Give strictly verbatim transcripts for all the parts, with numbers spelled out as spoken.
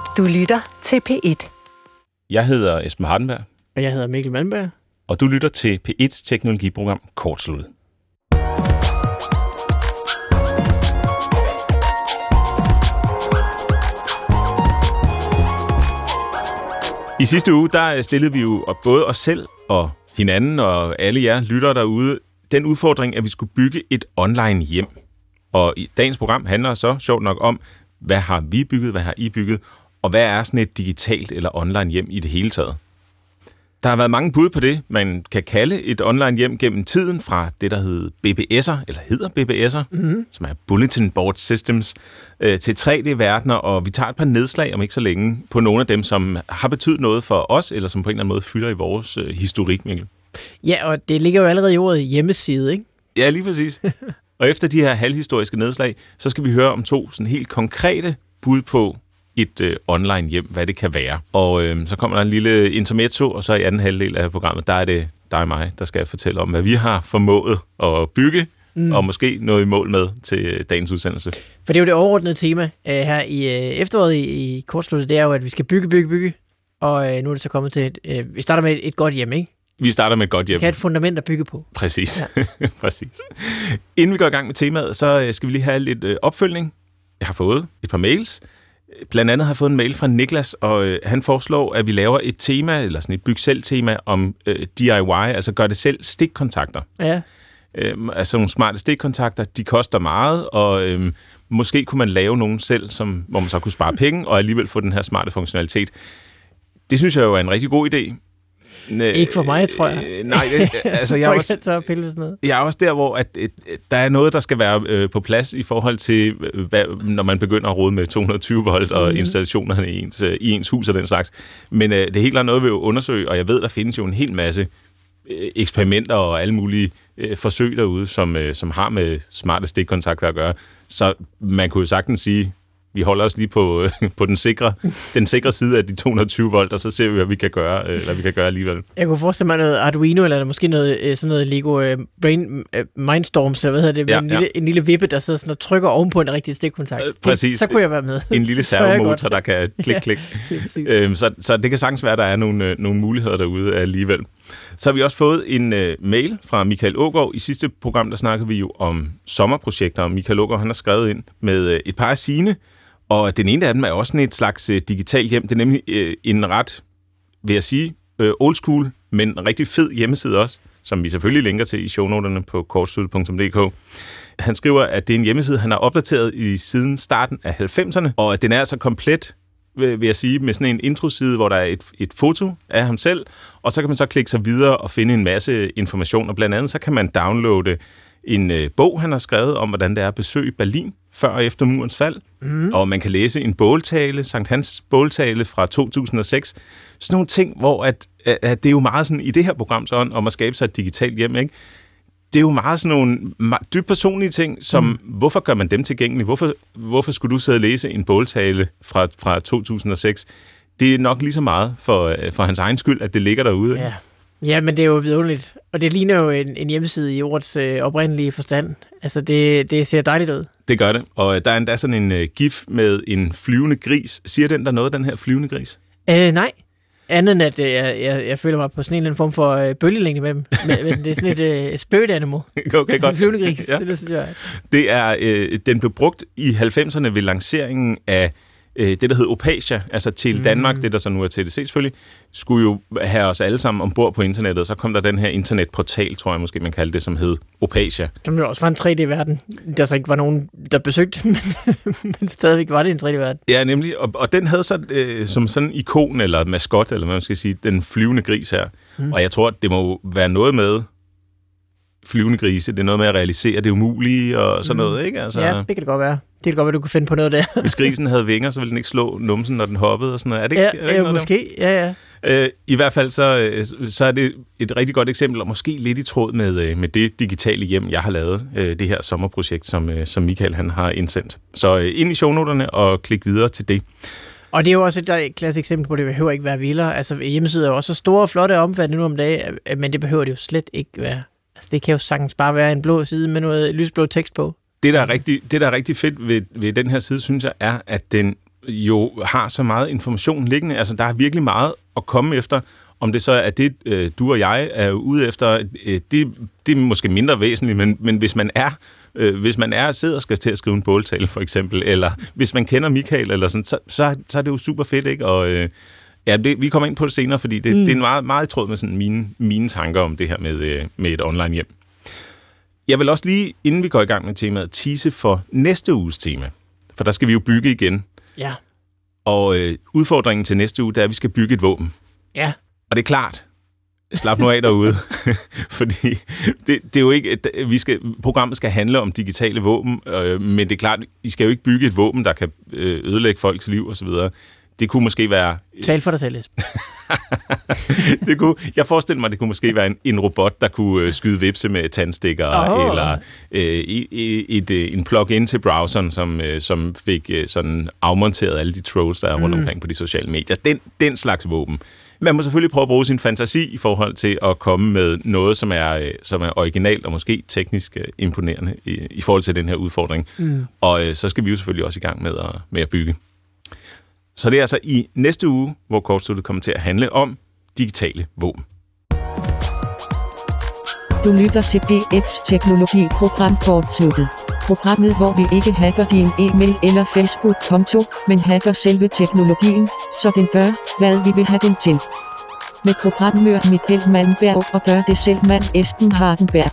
Du lytter til P et. Jeg hedder Esben Hardenberg. Og jeg hedder Mikkel Malmberg. Og du lytter til P et's teknologiprogram Kortsluttet. I sidste uge, der stillede vi jo både os selv og hinanden og alle jer lyttere derude den udfordring, at vi skulle bygge et online hjem. Og i dagens program handler så sjovt nok om, hvad har vi bygget, hvad har I bygget, og hvad er sådan et digitalt eller online hjem i det hele taget. Der har været mange bud på det, man kan kalde et online hjem gennem tiden, fra det, der hedder B B S'er, eller hedder B B S'er, mm-hmm. som er Bulletin Board Systems, øh, til tre D-verdener, og vi tager et par nedslag om ikke så længe på nogle af dem, som har betydet noget for os, eller som på en eller anden måde fylder i vores øh, historik, Mikkel. Ja, og det ligger jo allerede i ordet hjemmeside, ikke? Ja, lige præcis. Og efter de her halvhistoriske nedslag, så skal vi høre om to sådan helt konkrete bud på et øh, online hjem, hvad det kan være. Og øh, så kommer der en lille intermezzo, og så i anden halvdel af programmet, der er det dig og mig, der skal fortælle om, hvad vi har formået at bygge, mm. og måske noget i mål med til dagens udsendelse. For det er jo det overordnede tema øh, her i øh, efteråret i, i Kortsluttet, det er jo, at vi skal bygge, bygge, bygge, og øh, nu er det så kommet til, et, øh, vi starter med et, et godt hjem, ikke? Vi starter med et godt hjem. Vi kan have et fundament at bygge på. Præcis. Ja. Præcis. Inden vi går i gang med temaet, så skal vi lige have lidt øh, opfølgning. Jeg har fået et par mails. Blandt andet har jeg fået en mail fra Niklas, og øh, han foreslår, at vi laver et tema, eller sådan et byg selv-tema om øh, D I Y, altså gør det selv stikkontakter. Ja. Øh, altså nogle smarte stikkontakter, de koster meget, og øh, måske kunne man lave nogle selv, som, hvor man så kunne spare penge, og alligevel få den her smarte funktionalitet. Det synes jeg jo er en rigtig god idé. Ikke for mig, tror jeg. Øh, nej, øh, altså jeg er, også, jeg er også der, hvor at, at, at der er noget, der skal være øh, på plads i forhold til, hvad, når man begynder at rode med to hundrede og tyve volt og mm. installationer i ens, øh, i ens hus og den slags. Men øh, det er helt klart noget, vi vil undersøge, og jeg ved, der findes jo en hel masse øh, eksperimenter og alle mulige øh, forsøg derude, som, øh, som har med smarte stikkontakter at gøre. Så man kunne jo sagtens sige, vi holder os lige på, øh, på den sikre, den sikre side af de to hundrede og tyve volt, og så ser vi, hvad vi kan gøre, øh, hvad vi kan gøre alligevel. Jeg kunne forestille mig noget Arduino, eller måske noget, sådan noget Lego øh, Brain øh, Mindstorms, eller hvad hedder det, med ja, en, ja. lille, en lille vippe, der sidder sådan og trykker ovenpå en rigtig stikkontakt. Øh, præcis. Så kunne jeg være med. En lille servomotor, der kan klik, klik. Ja, øhm, så, så det kan sagtens være, at der er nogle, øh, nogle muligheder derude alligevel. Så har vi også fået en øh, mail fra Michael Aagaard. I sidste program, der snakkede vi jo om sommerprojekter, og Michael Aagaard, han har skrevet ind med øh, et par af sine. Og den ene af dem er også sådan et slags øh, digitalt hjem. Det er nemlig øh, en ret, vil jeg sige, øh, old school, men en rigtig fed hjemmeside også, som vi selvfølgelig linker til i shownoterne på kortsluttet punktum d k. Han skriver, at det er en hjemmeside, han har opdateret i siden starten af halvfemserne, og at den er altså komplet, vil jeg sige, med sådan en introside, hvor der er et, et foto af ham selv, og så kan man så klikke sig videre og finde en masse information, og blandt andet så kan man downloade en øh, bog, han har skrevet om, hvordan det er at besøge Berlin før og efter murens fald. Mm. Og man kan læse en båltale, Sankt Hans båltale fra to tusind og seks. Sådan nogle ting, hvor at, at det er jo meget sådan, i det her program så, om at skabe sig et digitalt hjem, ikke? Det er jo meget sådan nogle dybt personlige ting, som, mm. hvorfor gør man dem tilgængelige? Hvorfor, hvorfor skulle du sidde og læse en båltale fra, fra to tusind og seks? Det er nok lige så meget for, for hans egen skyld, at det ligger derude. Ja. Ja, men det er jo vidunderligt. Og det ligner jo en, en hjemmeside i ordets øh, oprindelige forstand. Altså, det, det ser dejligt ud. Det gør det. Og der er endda sådan en uh, gif med en flyvende gris. Siger den der noget, den her flyvende gris? Øh, nej. Andet end, at øh, jeg, jeg, jeg føler mig på sådan en eller anden form for øh, bølgelængde med dem. Men, men det er sådan et øh, spirit animal. Okay, godt. En flyvende gris, ja. det, det synes jeg. Det er, øh, den blev brugt i halvfemserne ved lanceringen af det, der hed Opasia, altså til Danmark, mm. det der så nu er T D C selvfølgelig, skulle jo have os alle sammen ombord på internettet, så kom der den her internetportal, tror jeg måske, man kaldte det, som hed Opasia. Som jo også var en tre D-verden. Der så ikke var nogen, der besøgte, men, men stadigvæk var det en tre D-verden. Ja, nemlig, og, og den havde så øh, som sådan en ikon, eller maskot, eller hvad man skal sige, den flyvende gris her. Mm. Og jeg tror, det må være noget med flyvende grise, det er noget med at realisere det umulige, og sådan mm. noget, ikke? Altså, ja, det kan det godt være. Det kan godt være, du kan finde på noget der. Hvis grisen havde vinger, så ville den ikke slå numsen, når den hoppede og sådan noget. Er det ikke, ja, er det ikke ja, måske. Ja, ja. Øh, I hvert fald så, så er det et rigtig godt eksempel, og måske lidt i tråd med, med det digitale hjem, jeg har lavet, det her sommerprojekt, som, som Michael han har indsendt. Så ind i shownoterne og klik videre til det. Og det er jo også et, et klassisk eksempel på, at det behøver ikke være vildere. Altså hjemmesider er jo også så store og flotte og omfattende nu om dagen, men det behøver det jo slet ikke være. Altså det kan jo sagtens bare være en blå side med noget lysblå tekst på. Det, der er rigtig, det, der er rigtig fedt ved, ved den her side, synes jeg, er, at den jo har så meget information liggende. Altså, der er virkelig meget at komme efter. Om det så er det, øh, du og jeg er ude efter, øh, det, det er måske mindre væsentligt, men, men hvis man er øh, hvis man er sidder og skal til at skrive en båltale, for eksempel, eller hvis man kender Michael, eller sådan, så, så, så er det jo super fedt, ikke? Og øh, ja, det, vi kommer ind på det senere, fordi det, mm. det er meget, meget i tråd med sådan mine, mine tanker om det her med, øh, med et online hjem. Jeg vil også lige, inden vi går i gang med temaet, tease for næste uges tema. For der skal vi jo bygge igen. Ja. Og øh, udfordringen til næste uge, det er, at vi skal bygge et våben. Ja. Og det er klart, slap nu af derude, fordi det, det er jo ikke, vi skal, programmet skal handle om digitale våben, øh, men det er klart, I skal jo ikke bygge et våben, der kan øh, ødelægge folks liv osv. Det kunne måske være... Tal for dig selv, Esben. det kunne, jeg forestiller mig, at det kunne måske være en, en robot, der kunne øh, skyde vipse med tandstikker, oh. eller øh, et, et, et, en plug-in til browseren, som, øh, som fik øh, sådan afmonteret alle de trolls, der er rundt mm. omkring på de sociale medier. Den, den slags våben. Man må selvfølgelig prøve at bruge sin fantasi i forhold til at komme med noget, som er, som er originalt og måske teknisk imponerende i, i forhold til den her udfordring. Mm. Og øh, så skal vi jo selvfølgelig også i gang med at, med at bygge. Så det er altså i næste uge, hvor Kortsluttet kommer til at handle om digitale våben. Du lytter til P et's teknologi-program Kortsluttet. Programmet, hvor vi ikke hacker din e-mail eller Facebook-konto, men hacker selve teknologien, så den gør, hvad vi vil have den til. Med programmør Michael Malmberg og gør det selv mand Esben Hardenberg.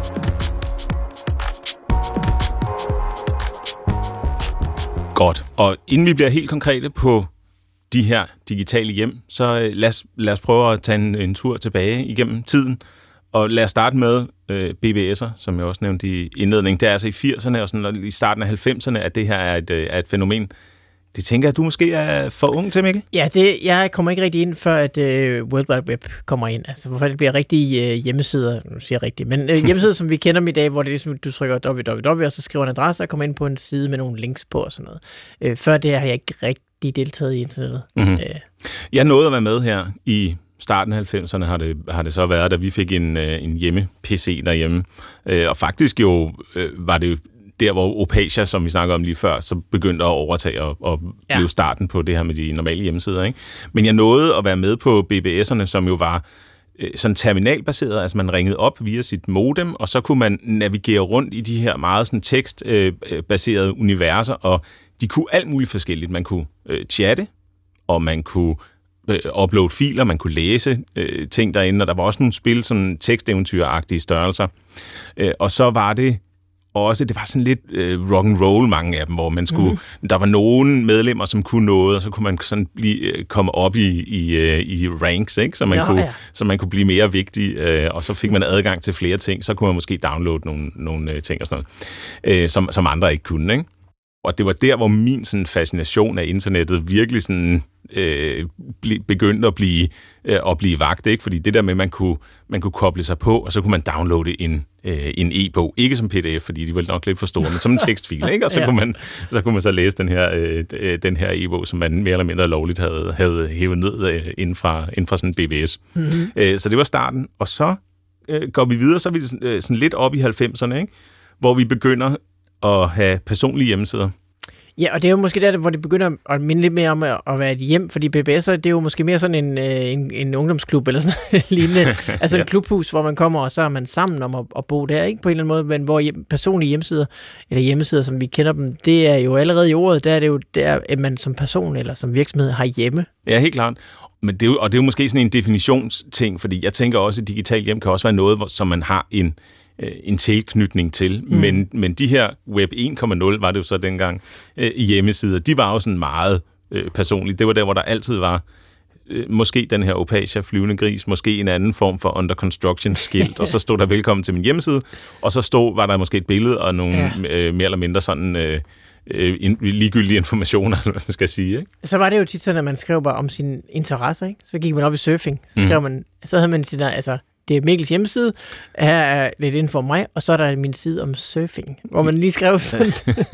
Godt. Og inden vi bliver helt konkrete på de her digitale hjem, så lad os, lad os prøve at tage en, en tur tilbage igennem tiden. Og lad os starte med øh, B B S'er, som jeg også nævnte i indledningen. Det er altså i firserne og, sådan, og i starten af halvfemserne, at det her er et, er et fænomen. Det tænker jeg, at du måske er for ung til, Mikkel? Ja, det, jeg kommer ikke rigtig ind, før at øh, World Wide Web kommer ind. Altså, hvorfor det bliver rigtige øh, hjemmesider, nu siger jeg rigtigt, men øh, hjemmesider, som vi kender dem i dag, hvor det er ligesom, du trykker www, og så skriver en adresse og kommer ind på en side med nogle links på og sådan noget. Øh, før det har jeg ikke rigtig deltaget i internettet. Mm-hmm. Øh. Jeg nåede at være med her i starten af halvfemserne har det, har det så været, da vi fik en, en hjemme-P C derhjemme. Og faktisk jo var det jo der, hvor Opacia, som vi snakker om lige før, så begyndte at overtage og, og ja. blive starten på det her med de normale hjemmesider. Ikke? Men jeg nåede at være med på B B S'erne, som jo var sådan terminalbaseret, altså man ringede op via sit modem, og så kunne man navigere rundt i de her meget sådan tekstbaserede universer, og de kunne alt muligt forskelligt. Man kunne chatte, og man kunne uploade filer, man kunne læse øh, ting derinde, og der var også nogle spil, sådan teksteventyr-agtige størrelser. Øh, og så var det også, det var sådan lidt øh, rock and roll mange af dem, hvor man skulle, mm. der var nogle medlemmer, som kunne noget, og så kunne man sådan blive, øh, komme op i, i, øh, i ranks, ikke? Så, man ja, kunne, ja. så man kunne blive mere vigtig, øh, og så fik man adgang til flere ting, så kunne man måske downloade nogle, nogle øh, ting og sådan noget, øh, som, som andre ikke kunne, ikke? Og det var der, hvor min sådan, fascination af internettet virkelig sådan, øh, begyndte at blive, øh, at blive vagt. Ikke? Fordi det der med, at man kunne, man kunne koble sig på, og så kunne man downloade en, øh, en e-bog. Ikke som P D F, fordi de var nok lidt for store, men som en tekstfil. Ikke? Og så, ja. kunne man, så kunne man så læse den her, øh, den her e-bog, som man mere eller mindre lovligt havde, havde hævet ned øh, inden, fra, inden fra sådan en B B S. Mm-hmm. Øh, så det var starten. Og så øh, går vi videre, så er vi sådan, sådan lidt op i halvfemserne, ikke? Hvor vi begynder at have personlige hjemmesider. Ja, og det er jo måske der, hvor det begynder at minde lidt mere om at være et hjem, fordi B B S'er, det er jo måske mere sådan en, en, en ungdomsklub eller sådan noget lignende. Altså ja. En klubhus, hvor man kommer, og så er man sammen om at, at bo der, ikke på en eller anden måde, men hvor hjem, personlige hjemmesider, eller hjemmesider, som vi kender dem, det er jo allerede i ordet, der er det jo der, at man som person eller som virksomhed har hjemme. Ja, helt klart. Men det er jo, og det er jo måske sådan en definitionsting, fordi jeg tænker også, at digitalt hjem kan også være noget, som man har en en tilknytning til, mm. men, men de her Web en komma nul var det jo så dengang øh, i hjemmesider, de var jo sådan meget øh, personlige. Det var der, hvor der altid var øh, måske den her Opacia flyvende gris, måske en anden form for under construction skilt, og så stod der velkommen til min hjemmeside, og så stod, var der måske et billede og nogle ja. øh, mere eller mindre sådan øh, øh, ligegyldige informationer, hvad man skal sige. Ikke? Så var det jo tit sådan, at man skrev bare om sine interesser, ikke? Så gik man op i surfing, så skrev mm. man, så havde man sin, altså det er Mikkels hjemmeside, her er lidt inden for mig, og så er der min side om surfing, hvor man lige skrev sådan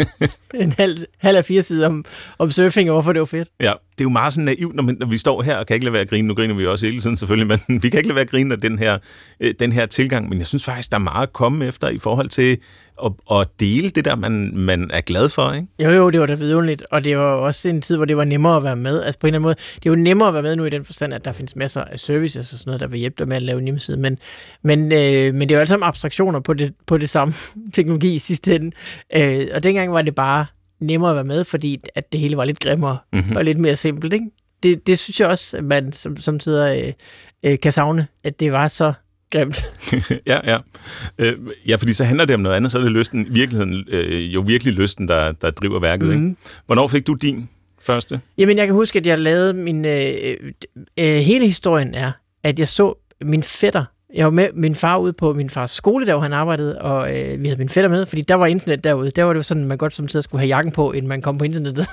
en halv, halv af fire sider om, om surfing, og hvorfor det var fedt. Ja, det er jo meget sådan naivt, når, man, når vi står her og kan ikke lade være at grine. Nu griner vi jo også hele tiden selvfølgelig, men vi kan ikke lade være at grine af den her, den her tilgang, men jeg synes faktisk, der er meget at komme efter i forhold til, og, og dele det der, man, man er glad for, ikke? Jo, jo, det var da vidunderligt, og det var også en tid, hvor det var nemmere at være med. Altså på en eller anden måde, det er jo nemmere at være med nu i den forstand, at der findes masser af services og sådan noget, der vil hjælpe dig med at lave en hjemmeside, men, men, øh, men det er jo alle sammen abstraktioner på det, på det samme teknologi i sidste ende. Øh, og dengang var det bare nemmere at være med, fordi at det hele var lidt grimmere mm-hmm. og lidt mere simpelt, ikke? Det, det synes jeg også, at man som, som tider øh, øh, kan savne, at det var så grimt. ja, ja. Øh, ja, fordi så handler det om noget andet, så er det lysten, virkeligheden, øh, jo virkelig lysten, der, der driver værket. Mm-hmm. Ikke? Hvornår fik du din første? Jamen, jeg kan huske, at jeg lavede min... Øh, øh, hele historien er, at jeg så min fætter. Jeg var med min far ude på min fars skole, der hvor han arbejdede, og øh, vi havde min fætter med, fordi der var internet derude. Der var det jo sådan, at man godt som tid skulle have jakken på, inden man kom på internettet.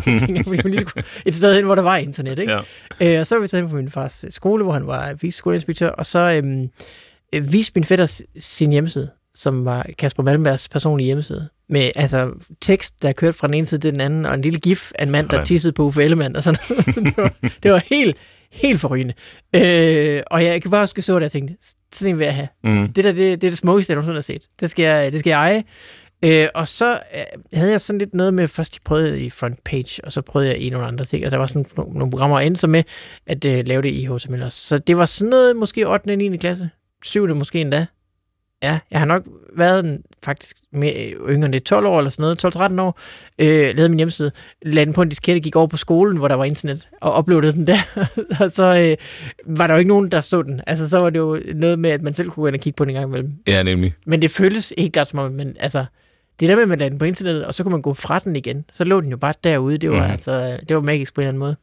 Et sted hen, hvor der var internet, ikke? Ja. Øh, og så var vi taget på min fars skole, hvor han var viceskoleinspektør, og så øh, øh, viste min fætter sin hjemmeside, som var Kasper Malmbergs personlige hjemmeside, med altså tekst, der kørte fra den ene side til den anden, og en lille gif af en mand, der tissede på Uffe Ellemann, og sådan det, var, det var helt, helt forrygende. Øh, og jeg kan bare huske så, at jeg tænkte, sådan en vil jeg have. Mm. Det der, det, det er det smukkeste, jeg nogensinde har set. Det skal jeg, det skal jeg eje. Øh, og så øh, havde jeg sådan lidt noget med, først jeg prøvede i Frontpage, og så prøvede jeg i nogle andre ting, og der var sådan nogle, nogle programmer, og endte så med at øh, lave det i H T M L. Så det var sådan noget, måske ottende og niende klasse, syvende måske endda. Ja, jeg har nok været den, faktisk med yngre end tolv år eller sådan noget, tolv tretten år, øh, lavede min hjemmeside, lagde den på en diskette, gik over på skolen, hvor der var internet, og uploadede den der, og så øh, var der jo ikke nogen, der så den. Altså, så var det jo noget med, at man selv kunne gå ind og kigge på den en gang imellem. Ja, nemlig. Men det føltes helt klart som om, men altså, det der med, at man lagde den på internettet, og så kunne man gå fra den igen, så lå den jo bare derude, det var, mm. altså, det var magisk på en eller anden måde.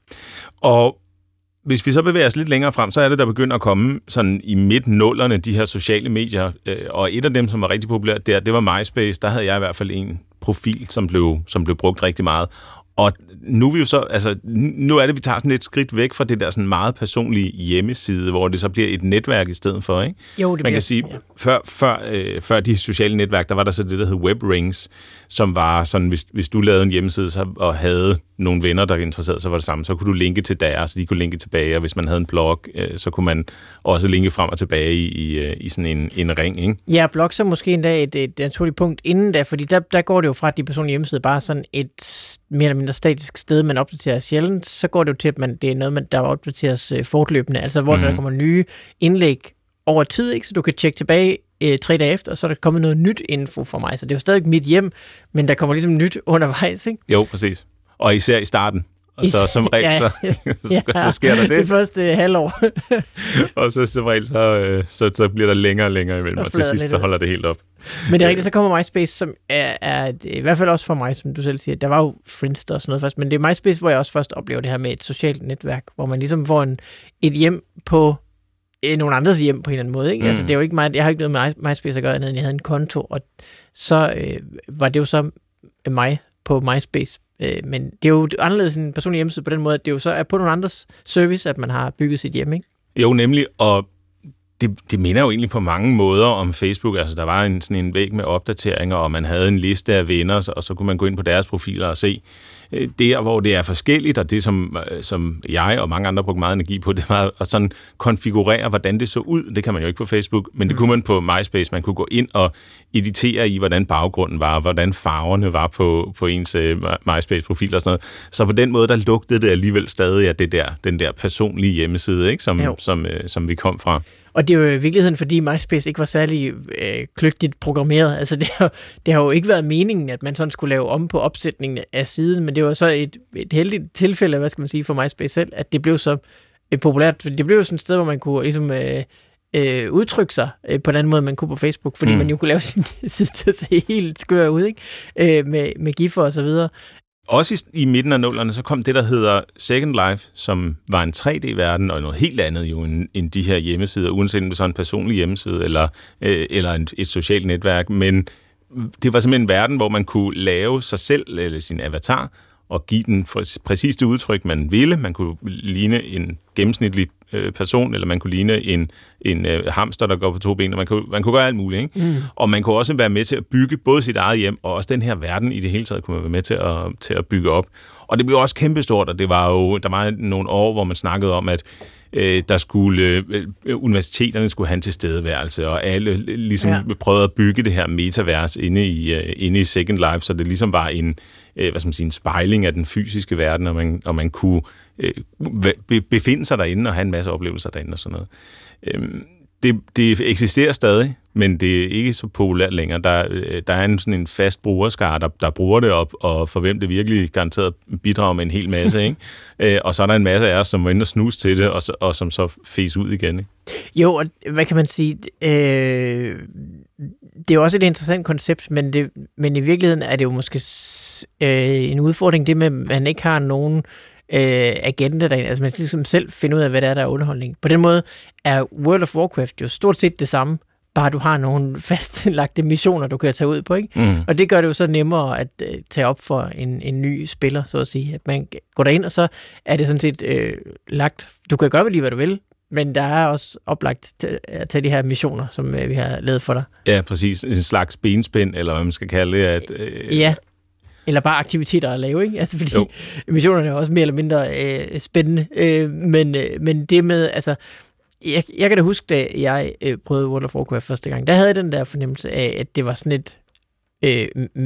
Og hvis vi så bevæger os lidt længere frem, så er det, der begynder at komme sådan i midt-nullerne, de her sociale medier. Og et af dem, som var rigtig populært der, det var MySpace. Der havde jeg i hvert fald en profil, som blev, som blev brugt rigtig meget. Og nu er vi jo så, altså, nu er det, vi tager sådan et skridt væk fra det der sådan meget personlige hjemmeside, hvor det så bliver et netværk i stedet for, ikke? Jo, det Man kan sige, ja. før, før, øh, før de sociale netværk, der var der så det, der hed webrings, som var sådan, hvis, hvis du lavede en hjemmeside så, og havde nogle venner, der interesserede sig for det samme, så kunne du linke til deres, så de kunne linke tilbage, og hvis man havde en blog, øh, så kunne man også linke frem og tilbage i, i, i sådan en, en ring, ikke? Ja, blog så måske endda et, et naturligt punkt inden da, fordi der, der går det jo fra, at de personlige hjemmesider bare sådan et mere eller mindre statisk sted, man opdaterer sjældent, så går det jo til, at man, det er noget, man, der opdateres øh, fortløbende, altså hvor mm. der kommer nye indlæg over tid, ikke? Så du kan tjekke tilbage øh, tre dage efter, og så er der kommet noget nyt info for mig, så det er jo stadig mit hjem, men der kommer ligesom nyt undervejs, ikke? Jo, præcis. Og især i starten. Og så som regel, ja, så, så, ja, så sker der det. Det første halvår. Og så som regel, så, så, så bliver der længere og længere imellem, og, og til sidst så holder det helt op. Men det er rigtigt, så kommer MySpace, som er, er, i hvert fald også for mig, som du selv siger, der var jo Friendster og sådan noget først, men det er MySpace, hvor jeg også først oplever det her med et socialt netværk, hvor man ligesom får en, et hjem på øh, nogle andres hjem på en eller anden måde, ikke? Mm. Altså, det er jo ikke mig, jeg har ikke noget med MySpace at gøre, andet end jeg havde en konto, og så øh, var det jo så mig på MySpace. Men det er jo anderledes end en personlig hjemmeside på den måde, at det jo så er på nogle andres service, at man har bygget sit hjem, ikke? Jo, nemlig, og det, det minder jo egentlig på mange måder om Facebook. Altså, der var en, sådan en væg med opdateringer, og man havde en liste af venner, og så kunne man gå ind på deres profiler og se der, hvor det er forskelligt, og det, som, som jeg og mange andre brugte meget energi på, det var at sådan konfigurere, hvordan det så ud. Det kan man jo ikke på Facebook, men det kunne man på MySpace. Man kunne gå ind og editere i, hvordan baggrunden var, og hvordan farverne var på, på ens uh, MySpace-profil og sådan noget. Så på den måde, der lugtede det alligevel stadig af det der, den der personlige hjemmeside, ikke? Som, som, uh, som vi kom fra. Og det er jo i virkeligheden, fordi MySpace ikke var særlig øh, kløgtigt programmeret. Altså, det har, det har jo ikke været meningen, at man sådan skulle lave om på opsætningen af siden, men det var så et, et heldigt tilfælde, hvad skal man sige, for MySpace selv, at det blev så øh, populært. Det blev jo sådan et sted, hvor man kunne ligesom øh, øh, udtrykke sig øh, på den måde, man kunne på Facebook, fordi mm. man jo kunne lave sin side til at se helt skør ud, ikke? Øh, med, med giffer og så videre. Også i, i midten af nullerne, så kom det, der hedder Second Life, som var en tre D-verden, og noget helt andet jo end, end de her hjemmesider, uanset om det så en personlig hjemmeside, eller, øh, eller en, et socialt netværk. Men det var simpelthen en verden, hvor man kunne lave sig selv, eller sin avatar, og give den præcis det udtryk, man ville. Man kunne ligne en gennemsnitlig øh, person, eller man kunne ligne en, en øh, hamster, der går på to ben, og man kunne, man kunne gøre alt muligt, ikke? Mm. Og man kunne også være med til at bygge både sit eget hjem, og også den her verden i det hele taget, kunne man være med til at, til at bygge op. Og det blev også kæmpestort, og det var jo, der var nogle år, hvor man snakkede om, at øh, der skulle, øh, universiteterne skulle have en tilstedeværelse, og alle ligesom ja. prøvede at bygge det her metavers inde i, øh, inde i Second Life, så det ligesom var en, øh, hvad skal man sige, en spejling af den fysiske verden, og man, og man kunne øh, be, befinde sig derinde og have en masse oplevelser derinde og sådan noget. Øh, Det, det eksisterer stadig, men det er ikke så populært længere. Der, der er en, sådan en fast brugerskare, der, der bruger det op, og for hvem det virkelig garanteret bidrager med en hel masse. Ikke? øh, og så er der en masse af os, som må ind og snuse til det, og, så, og som så fæs ud igen. Ikke? Jo, og hvad kan man sige? Øh, det er jo også et interessant koncept, men, det, men i virkeligheden er det jo måske øh, en udfordring, det med, at man ikke har nogen øh, agenda derinde. Altså man skal ligesom selv finde ud af, hvad det er, der er underholdning. På den måde er World of Warcraft jo stort set det samme, bare du har nogle fastlagte missioner, du kan tage ud på, ikke? Mm. Og det gør det jo så nemmere at øh, tage op for en, en ny spiller, så at sige. At man går derind, og så er det sådan set øh, lagt. Du kan gøre lige, hvad du vil, men der er også oplagt til at tage de her missioner, som øh, vi har lavet for dig. Ja, præcis. En slags benspænd, eller hvad man skal kalde det. At, øh... Ja, eller bare aktiviteter at lave, ikke? Altså, fordi jo. missionerne er også mere eller mindre øh, spændende. Øh, men, øh, men det med, altså... Jeg, jeg kan da huske, da jeg øh, prøvede World of Warcraft første gang, der havde jeg den der fornemmelse af, at det var sådan et øh,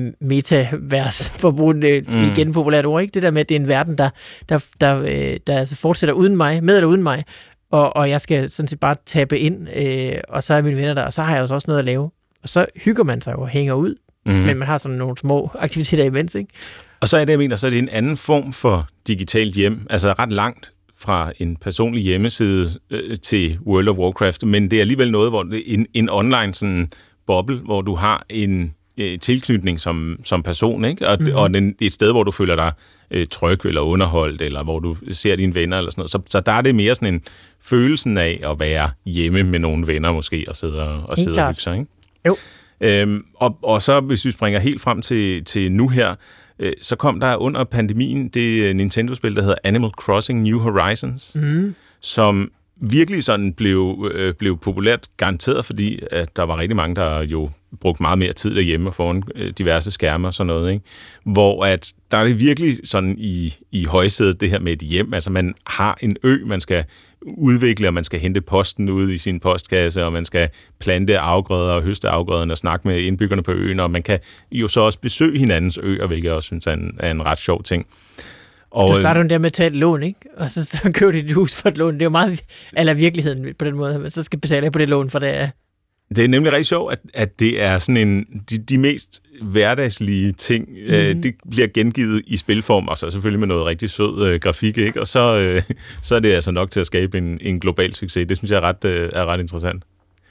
metavers, for at bruge det mm. igen populært ord, ikke? Det der med, at det er en verden, der, der, der, øh, der altså fortsætter uden mig, med eller uden mig, og, og jeg skal sådan set bare tabe ind, øh, og så er mine venner der, og så har jeg også noget at lave. Og så hygger man sig jo og hænger ud, mm. men man har sådan nogle små aktiviteter imens, ikke? Og så er det, jeg mener, så er det en anden form for digitalt hjem, altså ret langt fra en personlig hjemmeside øh, til World of Warcraft, men det er alligevel noget, hvor det er en, en online sådan boble, hvor du har en øh, tilknytning som, som person, ikke? Og, mm-hmm. og den, et sted, hvor du føler dig øh, tryg eller underholdt, eller hvor du ser dine venner eller sådan noget. Så, så der er det mere sådan en følelsen af at være hjemme med nogle venner måske, og sidde og, og, sidde og hygge sig, ikke? Jo. Øhm, og, og så, hvis vi springer helt frem til, til nu her, så kom der under pandemien det Nintendo-spil, der hedder Animal Crossing New Horizons, mm. som virkelig sådan blev, øh, blev populært, garanteret, fordi at der var rigtig mange, der jo brugte meget mere tid derhjemme og foran øh, diverse skærme og sådan noget, ikke? Hvor at der er det virkelig sådan i, i højsædet, det her med et hjem. Altså man har en ø, man skal udvikle, og man skal hente posten ud i sin postkasse, og man skal plante afgrøder og høste afgrøderne og snakke med indbyggerne på øen, og man kan jo så også besøge hinandens øer, hvilket jeg også synes er en, er en ret sjov ting. Og, du starter jo der med at tage et lån, ikke? Og så, så køber du dit hus for et lån. Det er jo meget, eller virkeligheden på den måde, men så skal betale på det lån, for det er... Det er nemlig rigtig sjovt, at, at det er sådan en... De, de mest hverdagslige ting, mm. øh, det bliver gengivet i spilform, og så selvfølgelig med noget rigtig sød øh, grafik, ikke? Og så, øh, så er det altså nok til at skabe en, en global succes. Det synes jeg er ret, øh, er ret interessant.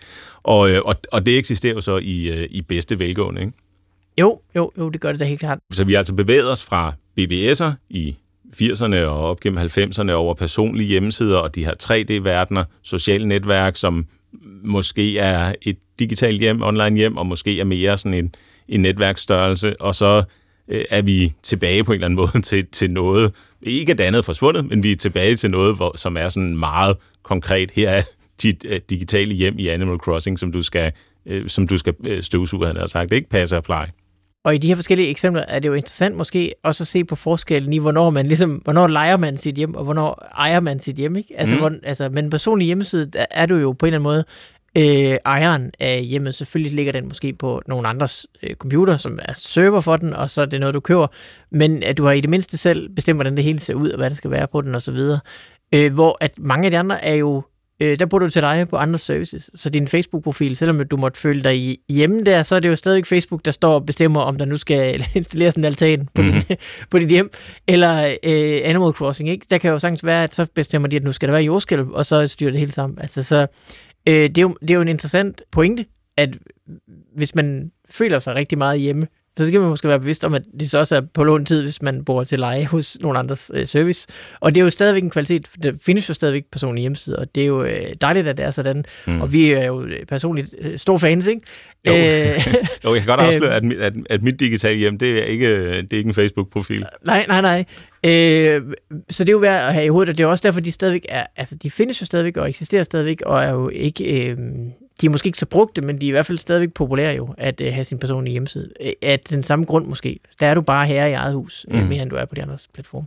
Og, øh, og, og det eksisterer jo så i, øh, i bedste velgående, ikke? Jo, jo, jo, det gør det da helt klart. Så vi har altså bevæget os fra B B S'er i firserne og op gennem halvfemserne over personlige hjemmesider og de her tre D-verdener, sociale netværk, som måske er et digitalt hjem, online hjem, og måske er mere sådan en, en netværksstørrelse, og så øh, er vi tilbage på en eller anden måde til, til noget, ikke at det andet er forsvundet, men vi er tilbage til noget, hvor, som er sådan meget konkret. Her er dit øh, digitale hjem i Animal Crossing, som du skal, øh, som du skal øh, støvsuge, han har sagt, ikke passe og pleje. Og i de her forskellige eksempler er det jo interessant måske også at se på forskellen i, hvornår man ligesom, hvornår lejer man sit hjem, og hvornår ejer man sit hjem, ikke? Altså, mm. hvor, altså med en personlig hjemmeside, der er du jo på en eller anden måde øh, ejeren af hjemmet. Selvfølgelig ligger den måske på nogle andres øh, computer, som er server for den, og så er det noget, du køber. Men at du har i det mindste selv bestemt, hvordan det hele ser ud, og hvad det skal være på den, og så videre. Øh, hvor at mange af de andre er jo der bor du til dig på andre services. Så din Facebook-profil, selvom du måtte føle dig hjemme der, så er det jo stadig Facebook, der står og bestemmer, om der nu skal installeres en altan på, mm-hmm. din, på dit hjem. Eller øh, Animal Crossing, ikke? Der kan jo sagtens være, at så bestemmer de, at nu skal der være jordskælv, og så styrer det hele sammen. Altså, så øh, det, er jo, det er jo en interessant pointe, at hvis man føler sig rigtig meget hjemme, Så skal man måske være bevidst om, at det så også er på lånt tid, hvis man bor til leje hos nogen andres øh, service. Og det er jo stadigvæk en kvalitet, der findes jo stadigvæk personlige hjemmesider, og det er jo øh, dejligt, at det er sådan. Mm. Og vi er jo personligt øh, store fans, ikke? Jo. jo, jeg kan godt afsløre, at, at, at mit digitale hjem, det er ikke, det er ikke en Facebook-profil. Nej, nej, nej. Øh, så det er jo værd at have i hovedet, og det er også derfor, de stadigvæk er, altså de findes jo stadigvæk og eksisterer stadigvæk, og er jo ikke, øh, de er måske ikke så brugte, men de er i hvert fald stadigvæk populære jo, at øh, have sin personlige hjemmeside. Af den samme grund måske. Der er du bare herre i eget hus, mm. øh, mere end du er på de andres platforme.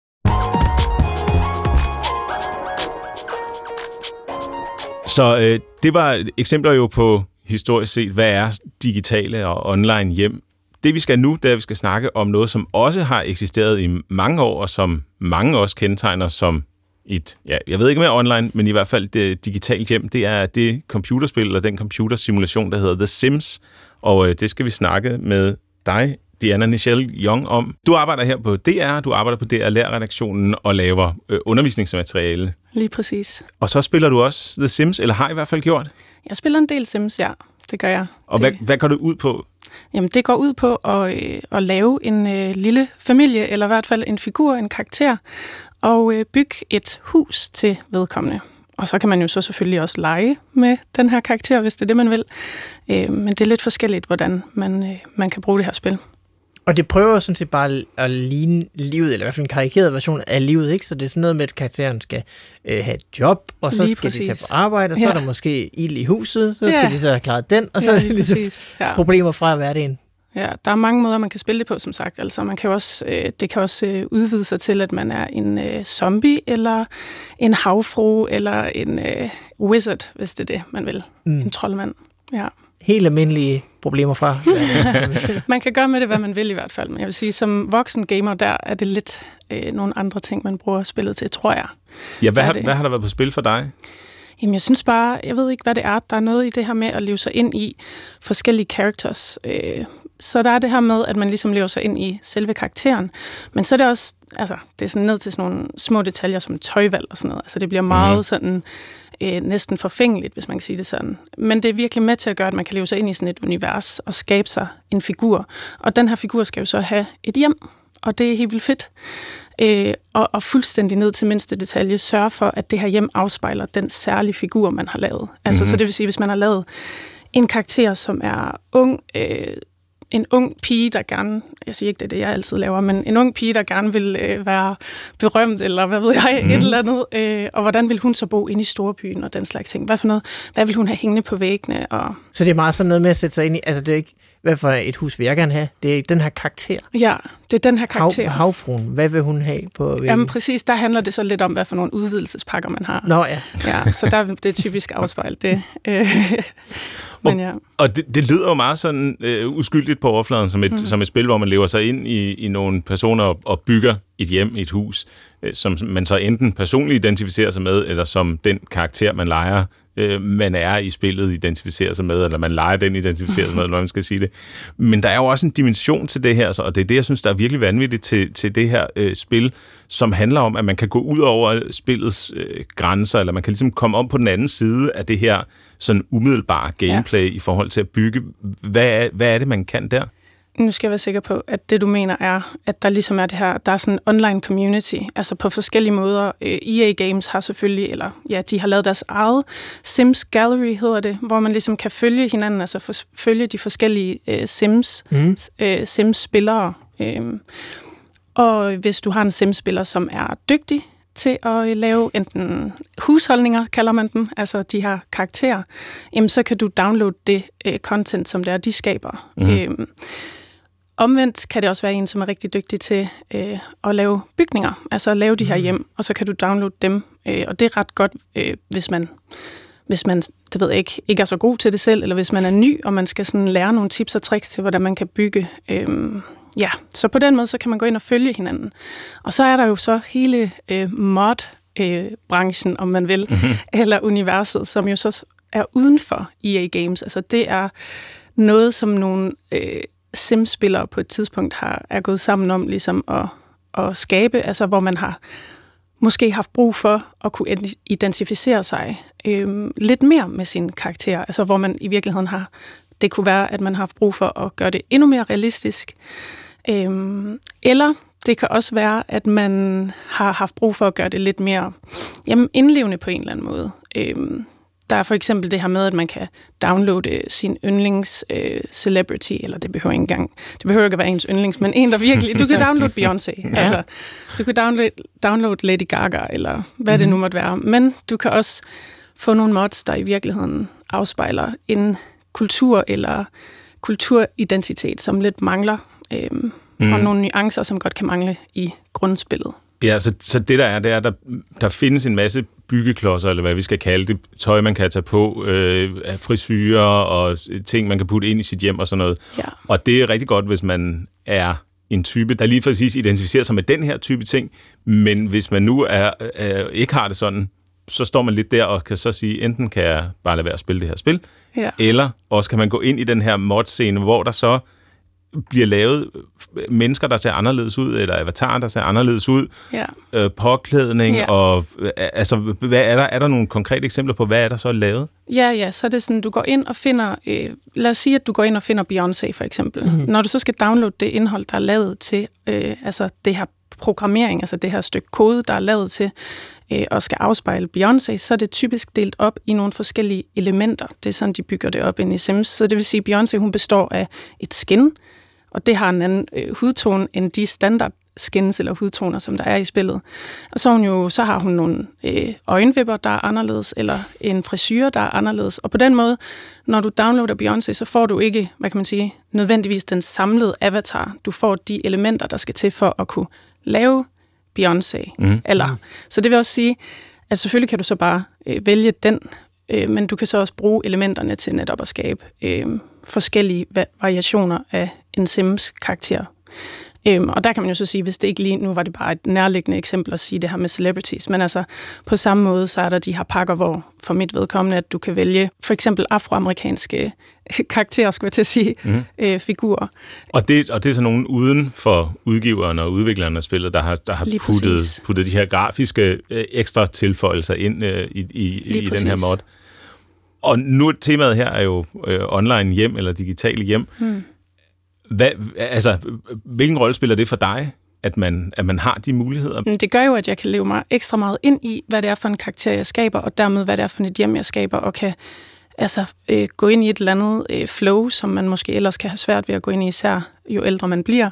Så øh, det var eksempler jo på historisk set, hvad er digitale og online hjem. Det vi skal nu, det er, at vi skal snakke om noget, som også har eksisteret i mange år, og som mange også kendetegner som et, ja, jeg ved ikke mere online, men i hvert fald det digitalt hjem. Det er det computerspil, eller den computersimulation, der hedder The Sims, og øh, det skal vi snakke med dig, Diana Nichelle Young, om. Du arbejder her på D R, du arbejder på D R Lærredaktionen og laver øh, undervisningsmateriale. Lige præcis. Og så spiller du også The Sims, eller har i hvert fald gjort? Jeg spiller en del Sims, ja. Det gør jeg. Og det... hvad, hvad går det ud på? Jamen, det går ud på at, øh, at lave en øh, lille familie, eller i hvert fald en figur, en karakter, og øh, bygge et hus til vedkommende. Og så kan man jo så selvfølgelig også lege med den her karakter, hvis det er det, man vil. Øh, men det er lidt forskelligt, hvordan man, øh, man kan bruge det her spil. Og det prøver sådan set bare at ligne livet, eller i hvert fald en karikeret version af livet, ikke? Så det er sådan noget med, at karakteren skal øh, have et job, og så Lige skal præcis. de tage på arbejde, og så ja. er der måske ild i huset, så ja. skal de så have klaret den, og så ja, er det ligesom ja. problemer fra hverdagen. Ja, der er mange måder, man kan spille det på, som sagt. Altså, man kan også, øh, det kan også øh, udvide sig til, at man er en øh, zombie, eller en havfrue, eller en øh, wizard, hvis det er det, man vil. Mm. En troldmand, ja. Helt almindelige problemer fra. Man kan gøre med det, hvad man vil i hvert fald. Men jeg vil sige, som voksen gamer, der er det lidt øh, nogle andre ting, man bruger spillet til, tror jeg. Ja, hvad har, hvad har der været på spil for dig? Jamen, jeg synes bare, jeg ved ikke, hvad det er. Der er noget i det her med at leve sig ind i forskellige characters. Øh, så der er det her med, at man ligesom lever sig ind i selve karakteren. Men så er det også, altså, det er sådan ned til sådan nogle små detaljer som tøjvalg og sådan noget. Altså, det bliver meget mm-hmm. sådan øh, næsten forfængeligt, hvis man kan sige det sådan. Men det er virkelig med til at gøre, at man kan leve sig ind i sådan et univers og skabe sig en figur. Og den her figur skal jo så have et hjem, og det er helt vildt fedt. Øh, og, og fuldstændig ned til mindste detalje sørge for, at det her hjem afspejler den særlige figur, man har lavet. Altså, mm-hmm. så det vil sige, hvis man har lavet en karakter, som er ung, øh, en ung pige, der gerne, jeg siger ikke, det er det, jeg altid laver, men en ung pige, der gerne vil øh, være berømt, eller hvad ved jeg, mm. et eller andet, øh, og hvordan vil hun så bo inde i storbyen, og den slags ting. Hvad for noget, hvad vil hun have hængende på væggene? Og... Så det er meget sådan noget med at sætte sig ind i, altså det er ikke, hvad for et hus vil jeg gerne have? Det er den her karakter. Ja, det er den her karakter. Hav, havfruen, hvad vil hun have på væggen? Jamen præcis, der handler det så lidt om, hvad for nogle udvidelsespakker man har. Nå ja. Ja, så der det er typisk afspejlet det. Men ja. Og, og det, det lyder jo meget sådan øh, uskyldigt på overfladen, som et, mm. som et spil, hvor man lever sig ind i, i nogle personer og, og bygger et hjem, et hus, øh, som man så enten personligt identificerer sig med, eller som den karakter, man leger, øh, man er i spillet, identificerer sig med, eller man leger den, identificerer sig med, eller hvad man skal sige det. Men der er jo også en dimension til det her, så, og det er det, jeg synes, der er virkelig vanvittigt til, til det her øh, spil, som handler om, at man kan gå ud over spillets øh, grænser, eller man kan ligesom komme om på den anden side af det her sådan umiddelbare gameplay ja. i forhold til at bygge. Hvad er, hvad er det, man kan der? Nu skal jeg være sikker på, at det, du mener, er, at der ligesom er det her, der er sådan en online community, altså på forskellige måder. E A Games har selvfølgelig, eller ja, de har lavet deres eget Sims Gallery, hedder det, hvor man ligesom kan følge hinanden, altså for, følge de forskellige uh, Sims, mm. uh, Sims-spillere. Um, og hvis du har en Sims-spiller, som er dygtig til at lave enten husholdninger, kalder man dem, altså de her karakterer, jamen så kan du downloade det uh, content, som det er, de skaber. Mm. Um, Omvendt kan det også være en, som er rigtig dygtig til øh, at lave bygninger, altså at lave de her hjem, og så kan du downloade dem. Øh, og det er ret godt, øh, hvis man, hvis man det ved jeg ikke, ikke er så god til det selv, eller hvis man er ny, og man skal sådan lære nogle tips og tricks til, hvordan man kan bygge. Øh, ja, så på den måde, så kan man gå ind og følge hinanden. Og så er der jo så hele øh, mod-branchen, øh, om man vil, mm-hmm. eller universet, som jo så er uden for E A Games. Altså det er noget, som nogle... Øh, Sims-spillere på et tidspunkt har, er gået sammen om ligesom at, at skabe, altså hvor man har måske haft brug for at kunne identificere sig øh, lidt mere med sin karakter, altså hvor man i virkeligheden har det kunne være, at man har haft brug for at gøre det endnu mere realistisk. Øhm, eller det kan også være, at man har haft brug for at gøre det lidt mere jamen, indlevende på en eller anden måde. Øhm, der er for eksempel det her med, at man kan downloade sin yndlings øh, celebrity, eller det behøver ikke engang, det behøver ikke at være ens yndlings, men en, der virkelig, du kan downloade Beyoncé, ja. altså, du kan downloade, downloade Lady Gaga, eller hvad mm-hmm. det nu måtte være, men du kan også få nogle mods, der i virkeligheden afspejler en kultur eller kulturidentitet, som lidt mangler, øhm, mm. og nogle nuancer, som godt kan mangle i grundspillet. Ja, så, så det der er, det er, der, der findes en masse byggeklodser, eller hvad vi skal kalde det, tøj, man kan tage på, øh, frisyrer og ting, man kan putte ind i sit hjem og sådan noget. Ja. Og det er rigtig godt, hvis man er en type, der lige præcis identificerer sig med den her type ting, men hvis man nu er, er, ikke har det sådan, så står man lidt der og kan så sige, enten kan jeg bare lade være at spille det her spil, ja. eller også kan man gå ind i den her mod-scene, hvor der så bliver lavet mennesker, der ser anderledes ud, eller avatarer, der ser anderledes ud, ja. øh, påklædning, ja. og altså, hvad er der, er der nogle konkrete eksempler på, hvad er der så lavet? Ja, ja, så er det sådan, du går ind og finder, øh, lad os sige, at du går ind og finder Beyoncé for eksempel. Mm-hmm. Når du så skal downloade det indhold, der er lavet til, øh, altså det her programmering, altså det her stykke kode, der er lavet til, øh, og skal afspejle Beyoncé, så er det typisk delt op i nogle forskellige elementer. Det er sådan, de bygger det op ind i Sims. Så det vil sige, at Beyoncé, hun består af et skin, og det har en anden øh, hudtone end de standard skins eller hudtoner, som der er i spillet. Og så, hun jo, så har hun nogle øh, øjenvipper, der er anderledes, eller en frisyr, der er anderledes. Og på den måde, når du downloader Beyoncé, så får du ikke, hvad kan man sige, nødvendigvis den samlede avatar. Du får de elementer, der skal til for at kunne lave Beyoncé. Mm. Eller, så det vil også sige, at selvfølgelig kan du så bare øh, vælge den, øh, men du kan så også bruge elementerne til netop at skabe øh, forskellige va- variationer af en Sims-karakter. Øhm, og der kan man jo så sige, hvis det ikke lige, nu var det bare et nærliggende eksempel at sige det her med celebrities, men altså på samme måde, så er der de her pakker, hvor for mit vedkommende, at du kan vælge for eksempel afroamerikanske karakterer, skulle jeg til at sige, mm. øh, figurer. Og det, og det er så nogen uden for udgiverne og udviklerne af spillet, der har, der har puttet, puttet de her grafiske øh, ekstra tilføjelser ind øh, i, i, i den her mod. Og nu temaet her er jo øh, online hjem eller digitale hjem. Mm. Hvad, altså, hvilken rolle spiller det for dig, at man, at man har de muligheder? Det gør jo, at jeg kan leve mig ekstra meget ind i, hvad det er for en karakter, jeg skaber, og dermed, hvad det er for et hjem, jeg skaber, og kan altså, øh, gå ind i et eller andet øh, flow, som man måske ellers kan have svært ved at gå ind i, især jo ældre man bliver.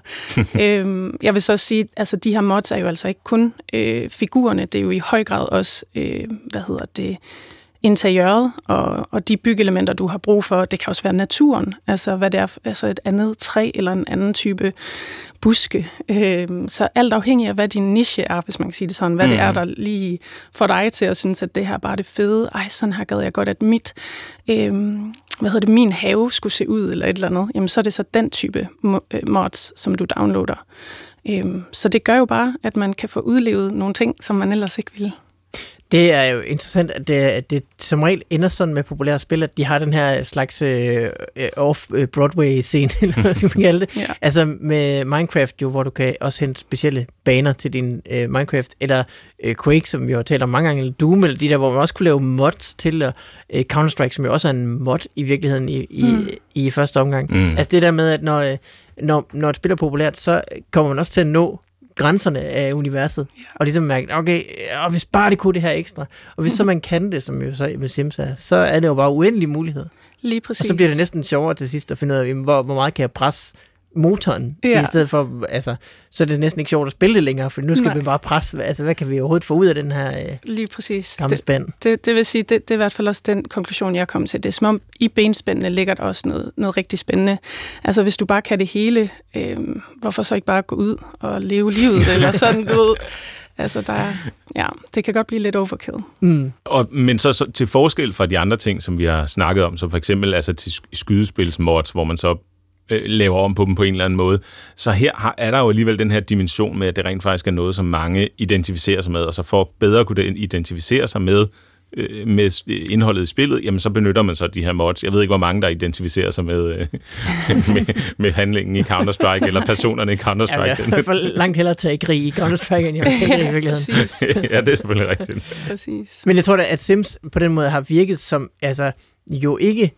øhm, jeg vil så sige, at altså, de her mods er jo altså ikke kun øh, figurerne, det er jo i høj grad også, øh, hvad hedder det, interiøret og, og de byggeelementer, du har brug for. Det kan også være naturen, altså hvad det er, altså et andet træ eller en anden type buske. Øh, så alt afhængig af, hvad din niche er, hvis man kan sige det sådan, hvad mm. det er, der lige får dig til at synes, at det her bare er det fede. Ej, sådan her gad jeg godt, at mit, øh, hvad hedder det, min have skulle se ud, eller et eller andet. Jamen, så er det så den type mods, som du downloader. Øh, så det gør jo bare, at man kan få udlevet nogle ting, som man ellers ikke ville. Det er jo interessant, at det, at det som regel ender sådan med populære spil, at de har den her slags øh, off-Broadway-scene, eller hvad skal man kalde det. Ja. Altså med Minecraft jo, hvor du kan også hente specielle baner til din øh, Minecraft, eller øh, Quake, som vi jo har talt om mange gange, eller Doom, eller de der, hvor man også kunne lave mods til, og øh, Counter-Strike, som jo også er en mod i virkeligheden i, i, mm. i, i første omgang. Mm. Altså det der med, at når, når, når et spil er populært, så kommer man også til at nå grænserne af universet, ja. Og ligesom mærke, okay, og hvis bare det kunne det her ekstra, og hvis så man kan det, som jo så med Sims er, så er det jo bare uendelige muligheder. Lige præcis. Og så bliver det næsten sjovere til sidst at finde ud af, hvor, hvor meget kan jeg presse motoren, ja. I stedet for, altså, så er det næsten ikke sjovt at spille det længere, for nu skal Nej. Vi bare presse, altså, hvad kan vi overhovedet få ud af den her øh, Lige præcis. gamle spand? Det, det, det vil sige, det, det er i hvert fald også den konklusion, jeg er kommet til. Det er som om, i benspændene ligger der også noget, noget rigtig spændende. Altså, hvis du bare kan det hele, øh, hvorfor så ikke bare gå ud og leve livet, eller sådan, du ved. Altså, der er, ja, det kan godt blive lidt overkill. Mm. Og, men så, så til forskel fra de andre ting, som vi har snakket om, så for eksempel altså til skydespilsmods, hvor man så laver om på dem på en eller anden måde. Så her har, er der jo alligevel den her dimension med, at det rent faktisk er noget, som mange identificerer sig med, og så for at bedre kunne identificere sig med, øh, med indholdet i spillet, jamen så benytter man så de her mods. Jeg ved ikke, hvor mange der identificerer sig med, øh, med, med handlingen i Counter-Strike, eller personerne i Counter-Strike. Ja, jeg vil i hvert fald langt hellere tage i krig i Counter-Strike, end jeg vil tage i virkeligheden. Ja, det er selvfølgelig rigtigt. Præcis. Men jeg tror da, at Sims på den måde har virket som, altså, jo ikke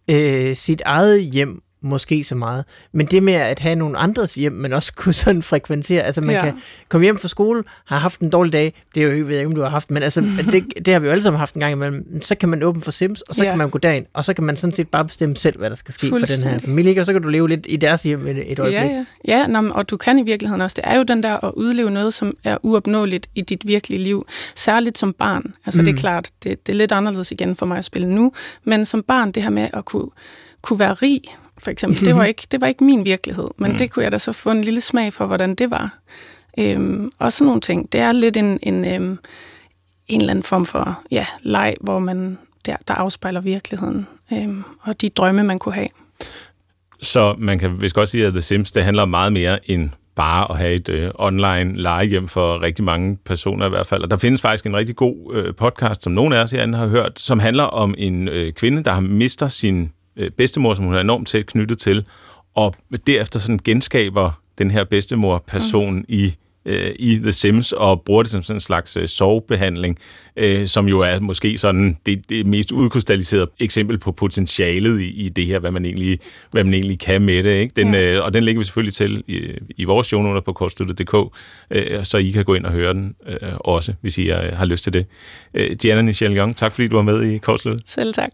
øh, sit eget hjem måske så meget, men det med at have nogle andres hjem, men også kunne sådan frekventere, altså man ja. kan komme hjem fra skole, har haft en dårlig dag, det er jo ikke, ved jeg, om du har haft, men altså, det, det har vi jo alle sammen haft en gang imellem, så kan man åbne for Sims, og så ja. kan man gå derind, og så kan man sådan set bare bestemme selv, hvad der skal ske for den her familie, ikke? Og så kan du leve lidt i deres hjem et, et øjeblik. Ja, ja. ja nå, og du kan i virkeligheden også, det er jo den der at udleve noget, som er uopnåeligt i dit virkelige liv, særligt som barn, altså mm. det er klart, det, det er lidt anderledes igen for mig at spille nu, men som barn, det her med at kunne, kunne være rig, for eksempel. Det var ikke, det var ikke min virkelighed, men mm. det kunne jeg da så få en lille smag for, hvordan det var. Øhm, og sådan nogle ting. Det er lidt en, en, øhm, en eller anden form for ja, leg, hvor man der, der afspejler virkeligheden, øhm, og de drømme, man kunne have. Så man kan vist godt sige, at The Sims, det handler meget mere end bare at have et øh, online legehjem for rigtig mange personer i hvert fald. Og der findes faktisk en rigtig god øh, podcast, som nogle af os herinde har hørt, som handler om en øh, kvinde, der har mistet sin bedstemor, som hun er enormt tæt knyttet til, og derefter sådan genskaber den her bedstemor-person mm. i, øh, i The Sims, og bruger det som sådan en slags øh, sovebehandling, øh, som jo er måske sådan det, det mest udkrystalliserede eksempel på potentialet i, i det her, hvad man egentlig, hvad man egentlig kan med det. Ikke? Den, ja. øh, og den lægger vi selvfølgelig til i, i vores shownoter på kortsluttet punktum d k, øh, så I kan gå ind og høre den øh, også, hvis I øh, har lyst til det. Øh, Gianna Nichelle Young, tak fordi du var med i Kortsluttet. Selv tak.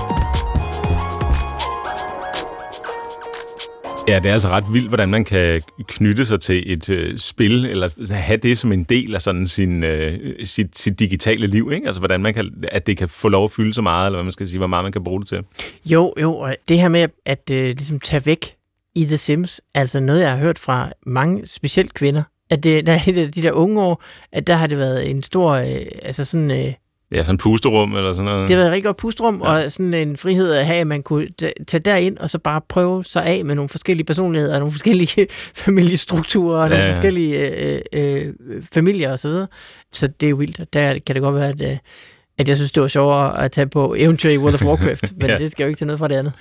Ja, det er altså ret vildt, hvordan man kan knytte sig til et øh, spil, eller have det som en del af sådan sin, øh, sit, sit digitale liv, ikke? Altså, hvordan man kan, at det kan få lov at fylde så meget, eller hvad man skal sige, hvor meget man kan bruge det til. Jo, jo, og det her med at øh, ligesom tage væk i The Sims, altså noget, jeg har hørt fra mange, specielt kvinder, at det, der er de der unge år, at der har det været en stor, øh, altså sådan... Øh, Ja, sådan en pusterum eller sådan noget. Det var et rigtig godt pusterum, ja. Og sådan en frihed at have, at man kunne tage derind og så bare prøve sig af med nogle forskellige personligheder, nogle forskellige familiestrukturer, og nogle ja, ja. forskellige øh, øh, familier osv. Så, videre. Så det er jo vildt, og der kan det godt være, at, at jeg synes, det var sjovere at tage på eventyr i World of Warcraft, men ja. det skal jo ikke tage noget fra det andet.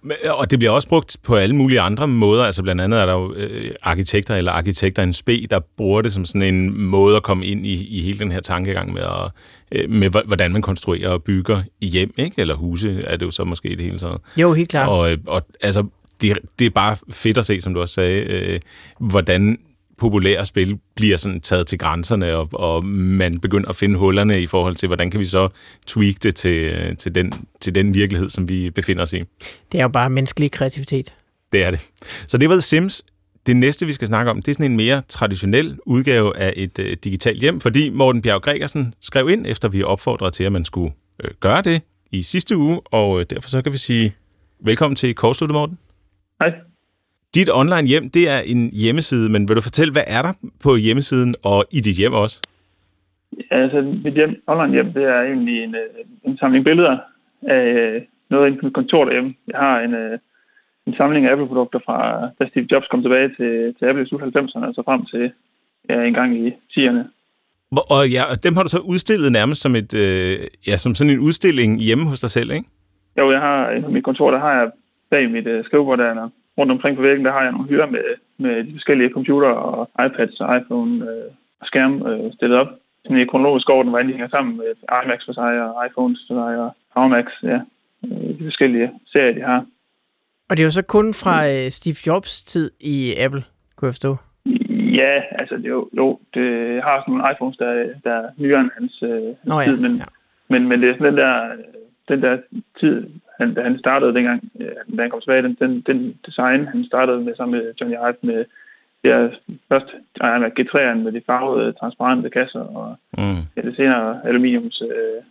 Og det bliver også brugt på alle mulige andre måder, altså blandt andet er der jo øh, arkitekter eller arkitekter en spe, der bruger det som sådan en måde at komme ind i, i hele den her tankegang med at med hvordan man konstruerer og bygger i hjem, ikke? Eller huse, er det jo så måske det hele taget. Jo, helt klart. Og, og altså, det, det er bare fedt at se, som du også sagde, øh, hvordan populære spil bliver sådan taget til grænserne, og, og man begynder at finde hullerne i forhold til, hvordan kan vi så tweak det til, til, den, til den virkelighed, som vi befinder os i. Det er jo bare menneskelig kreativitet. Det er det. Så det var The Sims. Det næste, vi skal snakke om, det er sådan en mere traditionel udgave af et øh, digitalt hjem, fordi Morten Bjerg Gregersen skrev ind, efter vi opfordrede til, at man skulle øh, gøre det i sidste uge, og øh, derfor så kan vi sige velkommen til Kortsluttet, Morten. Hej. Dit online hjem, det er en hjemmeside, men vil du fortælle, hvad er der på hjemmesiden og i dit hjem også? Ja, altså mit hjem, online hjem, det er egentlig en, en samling billeder af noget inde på mit kontor derhjemme. Jeg har en... en samling af Apple-produkter fra, da Steve Jobs kom tilbage til, til Apple i slut halvfemserne, og så frem til ja, en gang i tierne. Og ja, dem har du så udstillet nærmest som, et, øh, ja, som sådan en udstilling hjemme hos dig selv, ikke? Jo, jeg har på mit kontor, der har jeg bag mit øh, skrivebord, der rundt omkring på væggen, der har jeg nogle hylder med, med de forskellige computere og iPads og iPhone øh, og skærm øh, stillet op. Sådan i kronologisk orden, hvordan de hænger sammen med iMacs for sig og iPhones for sig og PowerMacs, ja. De forskellige serier, de har. Og det er jo så kun fra øh, Steve Jobs tid i Apple, kunne jeg forstå? Ja, altså det er jo, jo det har sådan nogle iPhones, der, der er nyere end hans, øh, hans Nå, ja. tid, men, ja. men, men det er sådan den der, den der tid, han, da han startede dengang, ja, da han kom tilbage, den, den, den design, han startede med sammen med Johnny Ive, med det er først med G tre'eren med de farvede, transparente kasser, og mm. ja, det senere aluminiums, øh,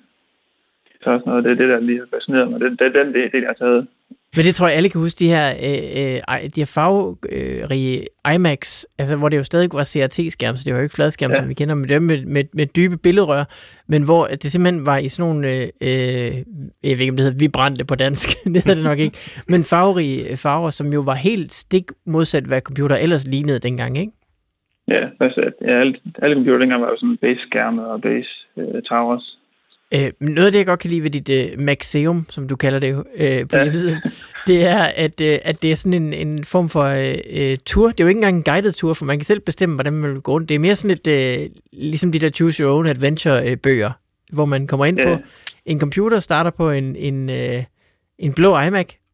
så også noget, det er det, der lige har fascineret mig. Det er den del, jeg har taget. Men det tror jeg, alle kan huske, de her, øh, de her farverige iMacs, altså, hvor det jo stadig var C R T-skærm, så det var jo ikke fladskærm, ja. som vi kender, med dem med, med, med dybe billedrør, men hvor det simpelthen var i sådan nogle, øh, jeg ved ikke, om det hedder vibrante på dansk, det hedder det nok ikke, men farverige farver, som jo var helt stik modsat, hvad computer ellers lignede dengang, ikke? Ja, altså, ja alle, alle computer dengang var jo sådan base-skærme og base-towers. Øh, noget af det, jeg godt kan lide ved dit øh, Maxeum, som du kalder det øh, på ja. hjemmesiden, det er, at, øh, at det er sådan en, en form for øh, tur. Det er jo ikke engang en guided tur, for man kan selv bestemme, hvordan man vil gå rundt. Det er mere sådan et, øh, ligesom de der Choose Your Own Adventure-bøger, øh, hvor man kommer ind ja. på en computer, starter på en, en, øh, en blå iMac,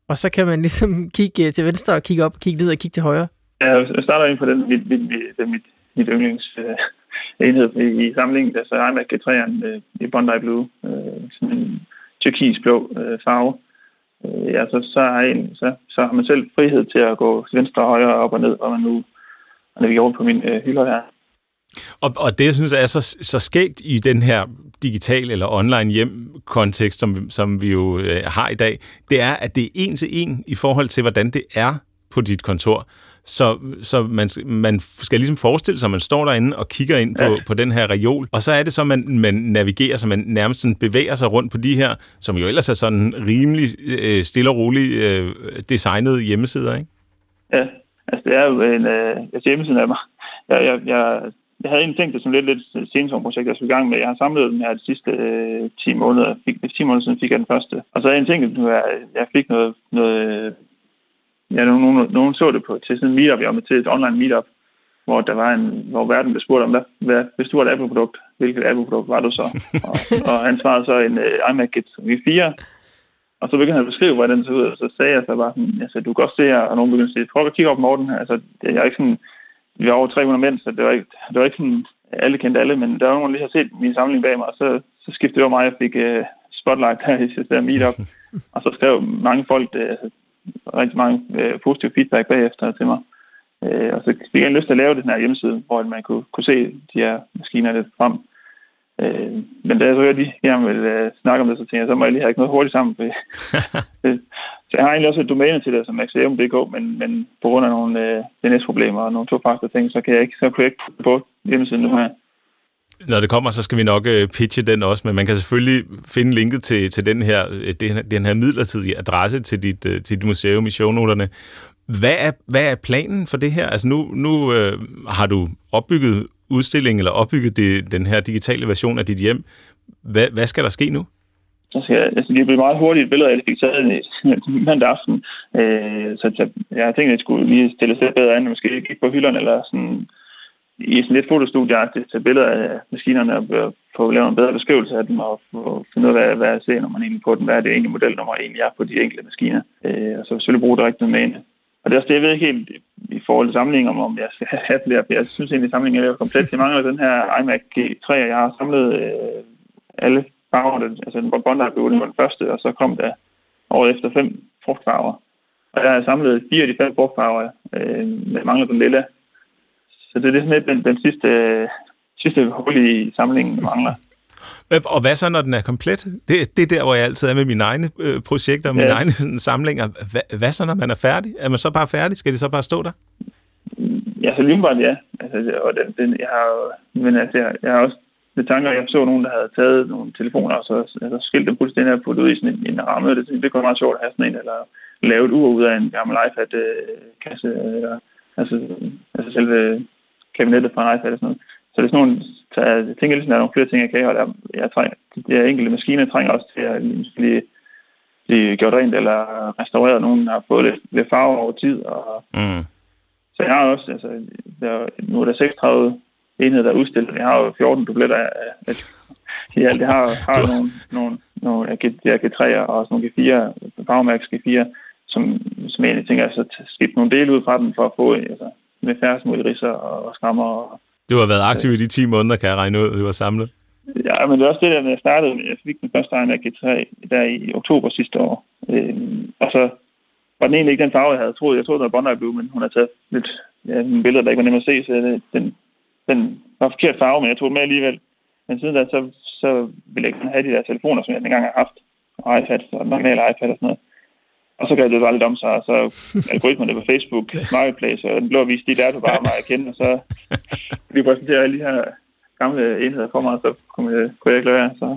og så kan man ligesom kigge til venstre og kigge op, kigge ned og kigge til højre. Ja, jeg starter ind på den, mit, mit, mit, mit, mit yndlings øh, enhed i, i samlingen, altså iMac G tre'eren øh, i Bondi Blue, øh, sådan en turkisblå øh, farve. Øh, ja, så, så, er en, så, så har man selv frihed til at gå til venstre og højre, op og ned, og man nu navigerer rundt på min øh, hylder her. Og, og det, jeg synes, er så, så skægt i den her digital eller online hjem-kontekst, som, som vi jo øh, har i dag, det er, at det er en til en i forhold til, hvordan det er på dit kontor. Så, så man, man skal ligesom forestille sig, at man står derinde og kigger ind på, ja. på den her reol, og så er det så, man, man navigerer, så man nærmest sådan bevæger sig rundt på de her, som jo ellers er sådan rimelig øh, stille og roligt øh, designede hjemmesider, ikke? Ja, altså det er jo en øh, altså hjemmesiden af mig. Jeg, jeg, jeg, jeg havde egentlig tænkt det som lidt, lidt sensomprojekt, jeg skulle i gang med. Jeg har samlet den her de sidste øh, ti måneder. Fik, ti måneder siden fik jeg den første. Og så havde jeg tænkt, at jeg fik noget... noget ja, nogen, nogen så det på til sådan en meetup, jeg var med til et online meetup, hvor der var en, hvor verden blev spurgt om, hvad, hvad, hvis du var et Apple-produkt, hvilket Apple-produkt var du så? Og, og han svarede så en uh, iMac G fire, og så begyndte han at beskrive, hvordan den så ud, og så sagde jeg så bare, altså, du kan godt se her, og nogen begyndte at sige, prøv at kigge op Morten her, altså, det er ikke sådan, vi var over tre hundrede mænd, så det var ikke, det var ikke sådan, alle kendte alle, men der var nogen, der lige har set min samling bag mig, og så, så skiftede det over mig, og fik uh, spotlight her i sidste meetup, og så skrev mange folk, det, altså, rigtig mange øh, positive feedback bagefter til mig. Øh, og så fik jeg lyst til at lave den her hjemmeside, hvor man kunne, kunne se de her maskiner lidt frem. Øh, men da jeg så hørte, at de gerne ville øh, snakke om det, så tænkte jeg, så må jeg lige have ikke noget hurtigt sammen. Så jeg har egentlig også et domæne til det, som maxeum punktum d k, men, men på grund af nogle øh, D N S-problemer og nogle to-faktor ting, så kan jeg ikke, så kunne jeg ikke på hjemmesiden nu her. Når det kommer, så skal vi nok øh, pitche den også, men man kan selvfølgelig finde linket til, til den, her, den, den her midlertidige adresse til dit, til dit museum i shownoterne. Hvad er, hvad er planen for det her? Altså nu, nu øh, har du opbygget udstillingen, eller opbygget det, den her digitale version af dit hjem. Hvad, hvad skal der ske nu? Så skal jeg, altså, det blev meget hurtigt et billede af, at jeg fik taget mandag aften. Øh, så jeg, jeg tænkte, at jeg skulle lige stille sig bedre an, og måske kigge på hylderne, eller sådan... i sådan lidt fotostudie til tage billeder af maskinerne og få lavet en bedre beskrivelse af dem og få finde ud af, hvad jeg ser, når man egentlig på den, hvad er det egentlig modelnummer egentlig er på de enkelte maskiner. Øh, og så selvfølgelig bruge det rigtigt med en. Og det er også det, jeg ved ikke helt i forhold til samlingen, om, om jeg skal have flere. Jeg synes egentlig, at samlingen er komplet. Jeg mangler den her iMac G tre, jeg har samlet øh, alle farver. Altså den Bondi Blue var den første, og så kom der året efter fem frugtfarver. Og der har jeg samlet fire af de fem frugtfarver. Øh, jeg mangler den lille. Så det er sådan lidt den, den sidste, sidste hul i samlingen, der mangler. Og hvad så, når den er komplet? Det, det er der, hvor jeg altid er med mine egne øh, projekter, mine ja. egne sådan, samlinger. Hva, hvad så, når man er færdig? Er man så bare færdig? Skal det så bare stå der? Ja, så lynbart, ja. Altså, og den, den, jeg har, men altså, jeg, jeg har også lidt tanker, jeg så nogen, der havde taget nogle telefoner, og så altså, skilt dem fuldstændig her puttet ud i sådan en, en ramme. Det, det kunne være meget sjovt at have sådan en, eller lave et ur ud af en gammel iPad-kasse, øh, eller altså, altså selve kabinettet fra en iPad og sådan noget. Så det er sådan nogle, jeg tænker lidt, at der er nogle flere ting, jeg kan, og der, jeg trænger, de her enkelte maskiner trænger også til at blive, blive gjort rent eller restaureret. Nogen har fået lidt, lidt farve over tid. Og, mm. Så jeg har også, altså, der, nu er der seksogtredive enheder, der er udstillet. Jeg har jo fjorten dubletter af, af ja, jeg har, har du... nogle, nogle, nogle G tre'er og også nogle G fire, PowerMax G fire, som, som jeg egentlig tænker, altså, at skifte nogle dele ud fra den for at få altså, med færre små ridser og skrammer. Og, du har været aktiv i de ti måneder, kan jeg regne ud, du har samlet. Ja, men det er også det, der jeg startede med. Jeg fik den første iMac G tre der i oktober sidste år. Øhm, og så var den egentlig ikke den farve, jeg havde troet. Jeg troede, det var Bondi Blue, men hun har taget lidt ja, billeder, der ikke var nemme at se, så det, den, den var forkert farve, men jeg tog den med alligevel. Men siden da, så, så ville jeg ikke have de der telefoner, som jeg dengang har haft. Og iPad, og normal iPad og sådan noget. Og så kan det bare lidt om sig, og så algoritmerne på Facebook, Marketplace, og den blå vis, de der du bare mig at kende, og så vi præsenterer alle de her gamle enheder for mig, og så kunne jeg, kunne jeg ikke lade være. Så,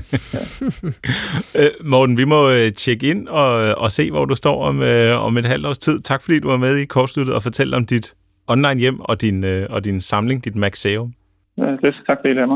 ja. Morten, vi må tjekke ind og, og se, hvor du står om, om et halvt års tid. Tak fordi du var med i Kortsluttet og fortælle om dit online hjem og din, og din samling, dit Maxeum. Ja, det, tak fordi I lader mig.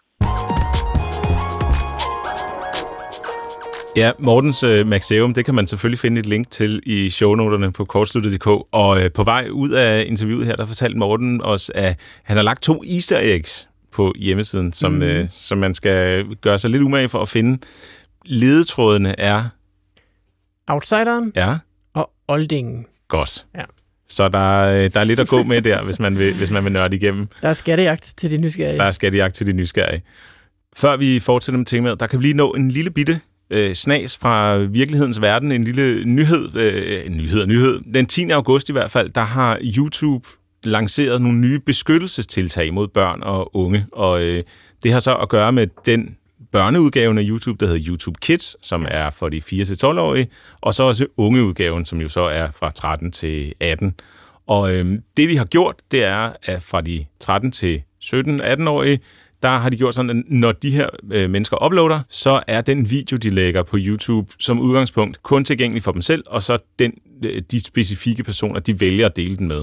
Ja, Mortens øh, Maxeum, det kan man selvfølgelig finde et link til i shownoterne på kortsluttet punktum d k. Og øh, på vej ud af interviewet her, der fortalte Morten os, at han har lagt to easter eggs på hjemmesiden, som, mm. øh, som man skal gøre sig lidt umage for at finde. Ledetrådene er... Outsideren ja. og Oldingen. Godt. Ja. Så der, der er lidt at gå med der, hvis man vil, hvis man vil nørde igennem. Der er skattejagt til de nysgerrige. Der er skattejagt til de nysgerrige. Før vi fortsætter med temaet, der kan vi lige nå en lille bitte øh, snas fra virkelighedens verden. En lille nyhed, øh, nyhed og nyhed. Den tiende august i hvert fald, der har YouTube lanceret nogle nye beskyttelsestiltag mod børn og unge. Og øh, det har så at gøre med den børneudgaven af YouTube, der hedder YouTube Kids, som er for de fire til tolv-årige, og så også ungeudgaven, som jo så er fra tretten til atten. Og øh, det, de har gjort, det er, at fra de tretten til sytten-atten-årige, der har de gjort sådan, at når de her øh, mennesker uploader, så er den video, de lægger på YouTube som udgangspunkt kun tilgængelig for dem selv, og så den, øh, de specifikke personer, de vælger at dele den med.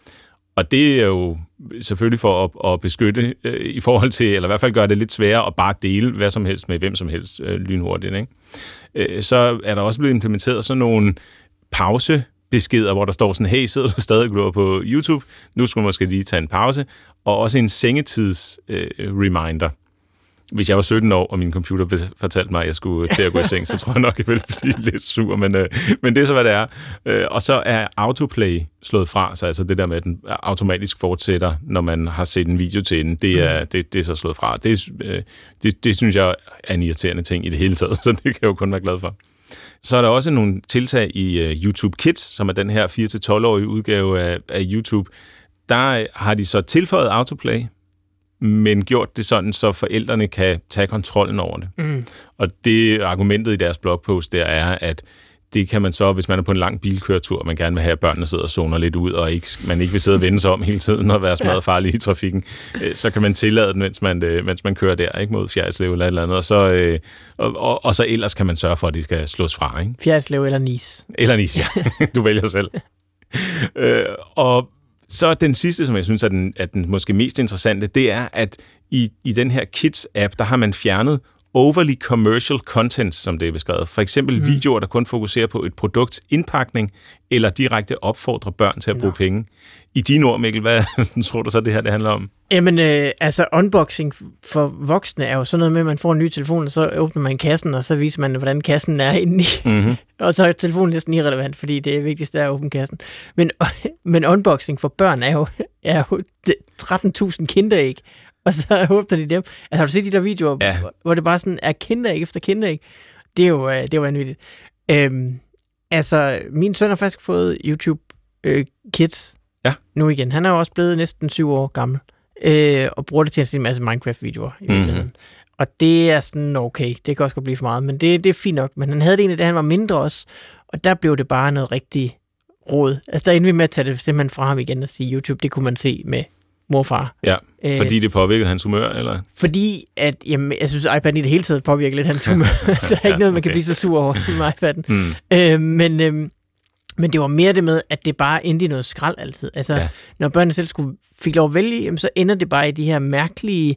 Og det er jo selvfølgelig for at, at beskytte øh, i forhold til, eller i hvert fald gøre det lidt sværere at bare dele hvad som helst med hvem som helst øh, lynhurtigt. Ikke? Øh, så er der også blevet implementeret sådan nogle pausebeskeder, hvor der står sådan, hey, sidder du stadig glor på YouTube? Nu skulle du måske lige tage en pause. Og også en sengetids-reminder. Øh, Hvis jeg var sytten år, og min computer fortalte mig, at jeg skulle til at gå i seng, så tror jeg nok, jeg ville blive lidt sur, men, øh, men det er så, hvad det er. Øh, og så er autoplay slået fra, så altså det der med, at den automatisk fortsætter, når man har set en video til den, det er, det, det er så slået fra. Det, øh, det, det synes jeg er en irriterende ting i det hele taget, så det kan jeg jo kun være glad for. Så er der også nogle tiltag i uh, YouTube Kids, som er den her fire til tolv-årige udgave af, af YouTube. Der har de så tilføjet autoplay, men gjort det sådan, så forældrene kan tage kontrollen over det. Mm. Og det argumentet i deres blogpost, der er, at det kan man så, hvis man er på en lang bilkøretur, og man gerne vil have, at børnene sidder og zoner lidt ud, og ikke, man ikke vil sidde og vende sig om hele tiden og være smadret farlig i trafikken, så kan man tillade den, mens man, mens man kører der, ikke mod Fjerritslev eller et eller andet, og så, og, og, og så ellers kan man sørge for, at de skal slås fra. Ikke? Fjerritslev eller Nice. Eller Nice, ja. Du vælger selv. øh, og så den sidste, som jeg synes er den, er den måske mest interessante, det er, at i, i den her Kids-app, der har man fjernet overly commercial content, som det er beskrevet. For eksempel mm. videoer, der kun fokuserer på et produkts indpakning, eller direkte opfordrer børn til at bruge no. penge. I dine ord, Mikkel, hvad tror du så, det her det handler om? Jamen, øh, altså unboxing for voksne er jo sådan noget med, at man får en ny telefon, og så åbner man kassen, og så viser man, hvordan kassen er inde i. Mm-hmm. Og så er telefonen næsten irrelevant, fordi det vigtigste er at åbne kassen. Men, men unboxing for børn er jo, er jo tretten tusind kinderæg, og så åbner de dem. Altså, har du set de der videoer, ja. hvor det bare sådan er kinderæg efter kinderæg? Det er jo, det er jo vanvittigt. Øhm, altså, min søn har faktisk fået YouTube øh, Kids ja. nu igen. Han er jo også blevet næsten syv år gammel, øh, og bruger det til at se en masse Minecraft-videoer i virkeligheden. Mm-hmm. Og det er sådan okay, det kan også godt blive for meget, men det, det er fint nok. Men han havde det egentlig, da han var mindre også, og der blev det bare noget rigtig råd. Altså, der endte vi med at tage det simpelthen fra ham igen og sige, YouTube, det kunne man se med morfar. Ja, fordi det påvirkede hans humør, eller? Fordi, at, jamen, jeg synes, iPad'en i det hele taget påvirker lidt hans humør. Der er ikke ja, noget, man okay. kan blive så sur over som iPad'en. Mm. Øh, men, øh, men det var mere det med, at det bare endte i noget skrald altid. Altså, ja. når børnene selv skulle, fik lov at vælge, jamen, så ender det bare i de her mærkelige,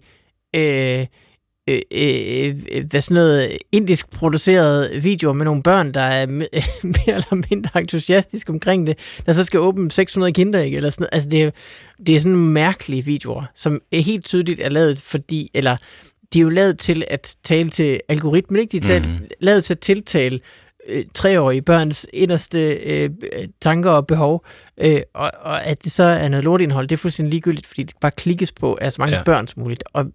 øh, øh, øh, hvad sådan noget, indisk producerede videoer med nogle børn, der er mere eller mindre entusiastiske omkring det, der så skal åbne seks hundrede kinderæg, eller sådan noget. Altså, det er, det er sådan mærkelige videoer, som er helt tydeligt er lavet, fordi, eller de er jo lavet til at tale til algoritmen, ikke? De er mm-hmm. lavet til at tiltale øh, treårige børns inderste øh, tanker og behov, øh, og, og at det så er noget lortindhold, det er fuldstændig ligegyldigt, fordi det bare klikkes på af så mange ja. børn som muligt, og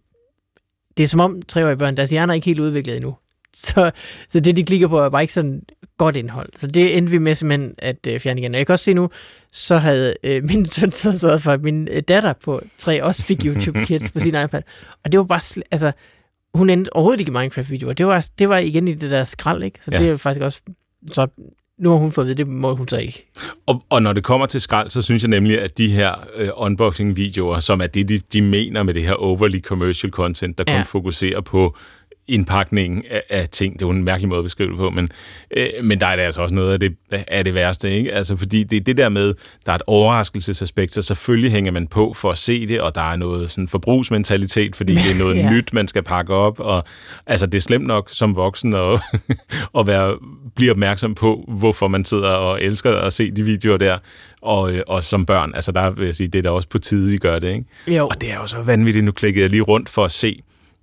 det er som om treårige børn, deres hjerner er ikke helt udviklet endnu. Så, så det, de klikker på, er bare ikke sådan godt indhold. Så det endte vi med simpelthen at øh, fjerne igen. Og jeg kan også se nu, så havde øh, min søn så sørget for, at min øh, datter på tre også fik YouTube Kids på sin iPad. Og det var bare, sl- altså, hun endte overhovedet ikke i Minecraft-videoer. Det var, det var igen i det der skrald, ikke? Så ja. det er faktisk også, så nu har hun fået det, det må hun så ikke. Og, og når det kommer til skrald, så synes jeg nemlig, at de her øh, unboxing-videoer, som er det, de, de mener med det her overly commercial content, der kun ja. fokuserer på indpakningen af, af ting. Det er jo en mærkelig måde at beskrive det på, men, øh, men der er det altså også noget af det, af det værste, ikke? Altså, fordi det er det der med, der er et overraskelsesaspekt, så selvfølgelig hænger man på for at se det, og der er noget sådan forbrugsmentalitet, fordi det er noget ja. nyt, man skal pakke op, og altså, det er slemt nok som voksen at, at være, blive opmærksom på, hvorfor man sidder og elsker at se de videoer der, og, og som børn, altså der vil jeg sige, det er da også på tide, de gør det, ikke? Jo. Og det er jo så vanvittigt, nu klikkede jeg lige rundt for at se,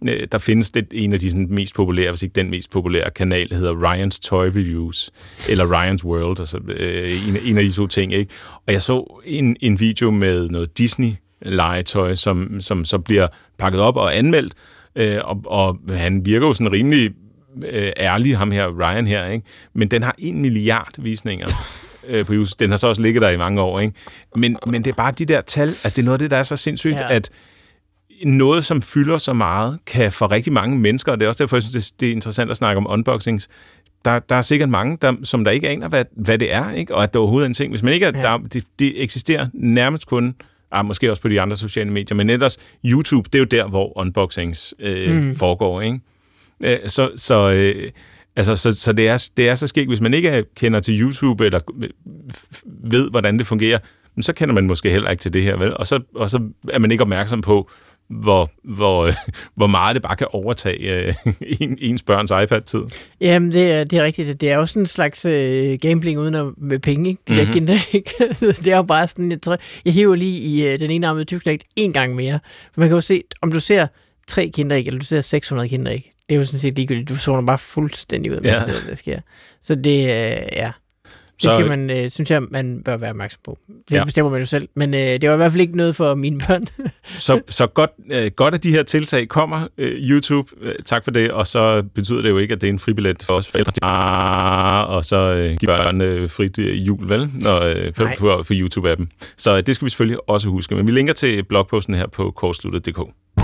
øh, der findes det, en af de sådan, mest populære, hvis ikke den mest populære kanal, der hedder Ryan's Toy Reviews, eller Ryan's World, altså øh, en, en af de to ting, ikke? Og jeg så en, en video med noget Disney-legetøj, som, som så bliver pakket op og anmeldt, øh, og, og han virker jo sådan rimelig øh, ærlig, ham her, Ryan her, ikke? Men den har en milliard visninger øh, på YouTube. Den har så også ligget der i mange år, ikke? Men, men det er bare de der tal, at det er noget af det, der er så sindssygt, ja. At noget, som fylder så meget, kan for rigtig mange mennesker, og det er også derfor, jeg synes, det er interessant at snakke om unboxings. Der, der er sikkert mange, der, som der ikke aner, hvad, hvad det er, ikke? Og at det overhovedet er en ting. Hvis man ikke er, ja. der, det, det eksisterer nærmest kun, ah, måske også på de andre sociale medier, men ellers YouTube, det er jo der, hvor unboxings øh, mm. foregår, ikke? Øh, så så, øh, altså, så, så det, er, det er så skægt. Hvis man ikke kender til YouTube, eller ved, hvordan det fungerer, så kender man måske heller ikke til det her, vel? Og så, og så er man ikke opmærksom på, hvor, hvor, hvor meget det bare kan overtage øh, en, ens børns iPad-tid. Jamen, det er, det er rigtigt. Det er jo sådan en slags øh, gambling uden at, med penge, ikke? Det, mm-hmm. der, ikke? Det er jo bare sådan, jeg, tror, jeg hiver lige i øh, den enarmede tyvknægt en gang mere. For man kan jo se, om du ser tre kinderæg, eller du ser seks hundrede kinderæg, det er jo sådan set ligegyldigt. Du zoner bare fuldstændig ud, ja. Det, der sker. Så det, øh, ja... Det skal man, øh, synes jeg, man bør være opmærksom på. Det ja. bestemmer man jo selv. Men øh, det var i hvert fald ikke noget for mine børn. så så godt, øh, godt, at de her tiltag kommer, øh, YouTube. Øh, tak for det. Og så betyder det jo ikke, at det er en fribillet for os forældre. Og så øh, give børn øh, frit øh, jul, vel? Når, øh, på, på, på YouTube-appen. Så øh, det skal vi selvfølgelig også huske. Men vi linker til blogposten her på kortsluttet punktum d k.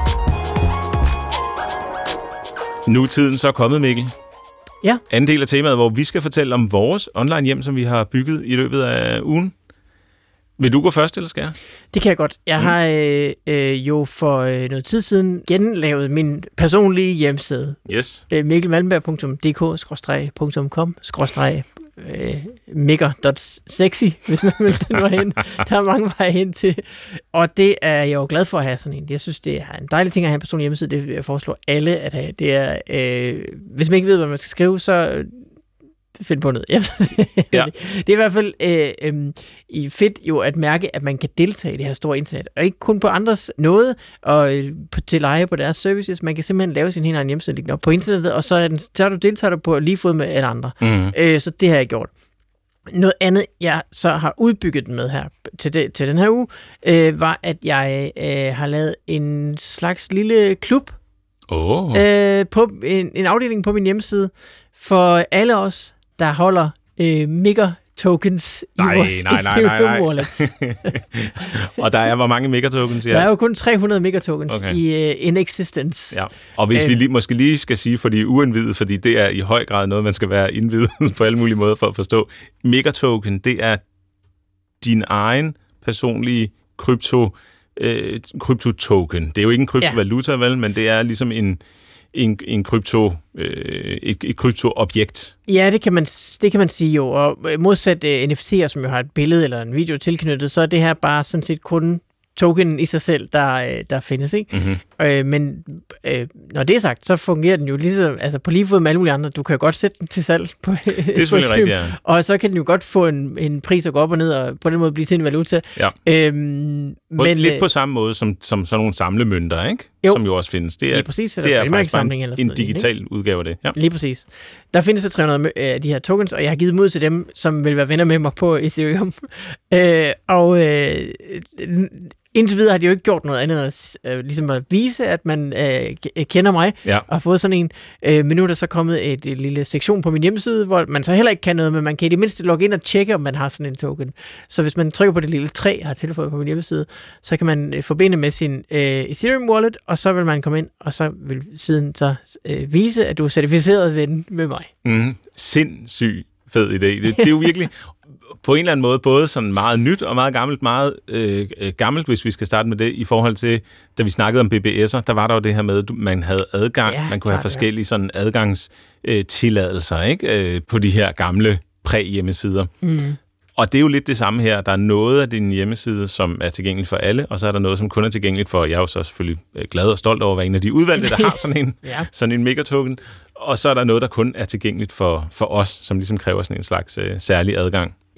Nu er tiden så kommet, Mikkel. Ja. Anden del af temaet, hvor vi skal fortælle om vores online hjem, som vi har bygget i løbet af ugen. Vil du gå først, eller skal jeg? Det kan jeg godt. Jeg mm. har øh, øh, jo for øh, noget tid siden genlavet min personlige hjemmeside. Yes. Øh, mikkel malmberg punktum d k skråstreg punktum com skråstreg mega punktum sexy, hvis man vil den vej hen. Der er mange veje hen til. Og det er jeg jo glad for at have sådan en. Jeg synes, det er en dejlig ting at have en personlig hjemmeside. Det vil jeg foreslå alle at have. Det er, øh, hvis man ikke ved, hvad man skal skrive, så find på noget. Ja. Det er i hvert fald øh, øh, fedt jo at mærke, at man kan deltage i det her store internet. Og ikke kun på andres noget, og øh, til leje på deres services. Man kan simpelthen lave sin helt egen hjemmeside liggende op på internettet, og så, er den, så er du deltager på lige fod med alle andre. Mm. Øh, så det har jeg gjort. Noget andet, jeg så har udbygget den med her til, det, til den her uge, øh, var, at jeg øh, har lavet en slags lille klub oh. øh, på en, en afdeling på min hjemmeside for alle os, der holder øh, mega-tokens i nej, vores nej, nej, nej, nej. wallets. Og der er hvor mange megatokens? Ja. Der er jo kun tre hundrede megatokens okay. i uh, in existence. Ja. Og hvis øh, vi lige, måske lige skal sige for de uindvidede, fordi det er i høj grad noget, man skal være indvidet på alle mulige måder for at forstå. Megatoken, det er din egen personlige krypto, øh, kryptotoken. Det er jo ikke en kryptovaluta, ja. vel, men det er ligesom en En, en krypto, øh, et, et kryptoobjekt. Ja, det kan man, det kan man sige jo. Og modsat uh, N F T'er, som jo har et billede eller en video tilknyttet, så er det her bare sådan set kun tokenen i sig selv, der, der findes, ikke? Mm-hmm. Øh, men øh, når det er sagt, så fungerer den jo ligesom, altså på lige fod med alle mulige andre. Du kan jo godt sætte den til salg på det er selvfølgelig rigtigt, ja. Og så kan den jo godt få en, en pris at gå op og ned, og på den måde blive til en valuta. Ja. Øhm, men, lidt på samme måde som, som sådan nogle samlemønter, ikke? Jo. Som jo også findes. Det er, lige præcis, det er faktisk en, en, en digital ikke? udgave af det. Ja. Lige præcis. Der findes så tre hundrede af de her tokens, og jeg har givet dem ud til dem, som vil være venner med mig på Ethereum. øh, og øh, indtil videre har de jo ikke gjort noget andet end at, øh, ligesom at vise, at man øh, kender mig, ja. og har fået sådan en. Øh, men nu er der så kommet et, et lille sektion på min hjemmeside, hvor man så heller ikke kan noget, men man kan i det mindste logge ind og tjekke, om man har sådan en token. Så hvis man trykker på det lille træ, jeg har tilføjet på min hjemmeside, så kan man øh, forbinde med sin øh, Ethereum wallet, og så vil man komme ind, og så vil siden så øh, vise, at du er certificeret ven med mig. Mm, sindssyg fed idé. Det, det er jo virkelig på en eller anden måde både sådan meget nyt og meget gammelt, meget øh, gammelt, hvis vi skal starte med det, i forhold til, da vi snakkede om B B S'er, der var der jo det her med, at man havde adgang, ja, man kunne klar, have forskellige ja. sådan adgangstilladelser, øh, ikke? Øh, på de her gamle præ-hjemmesider. Mm. Og det er jo lidt det samme her. Der er noget af din hjemmeside, som er tilgængeligt for alle, og så er der noget, som kun er tilgængeligt for, jeg er jo så selvfølgelig glad og stolt over at være en af de udvalgte, der har sådan en, ja. sådan en megatoken. Og så er der noget, der kun er tilgængeligt for, for os, som ligesom kræver sådan en slags øh, særlig adgang.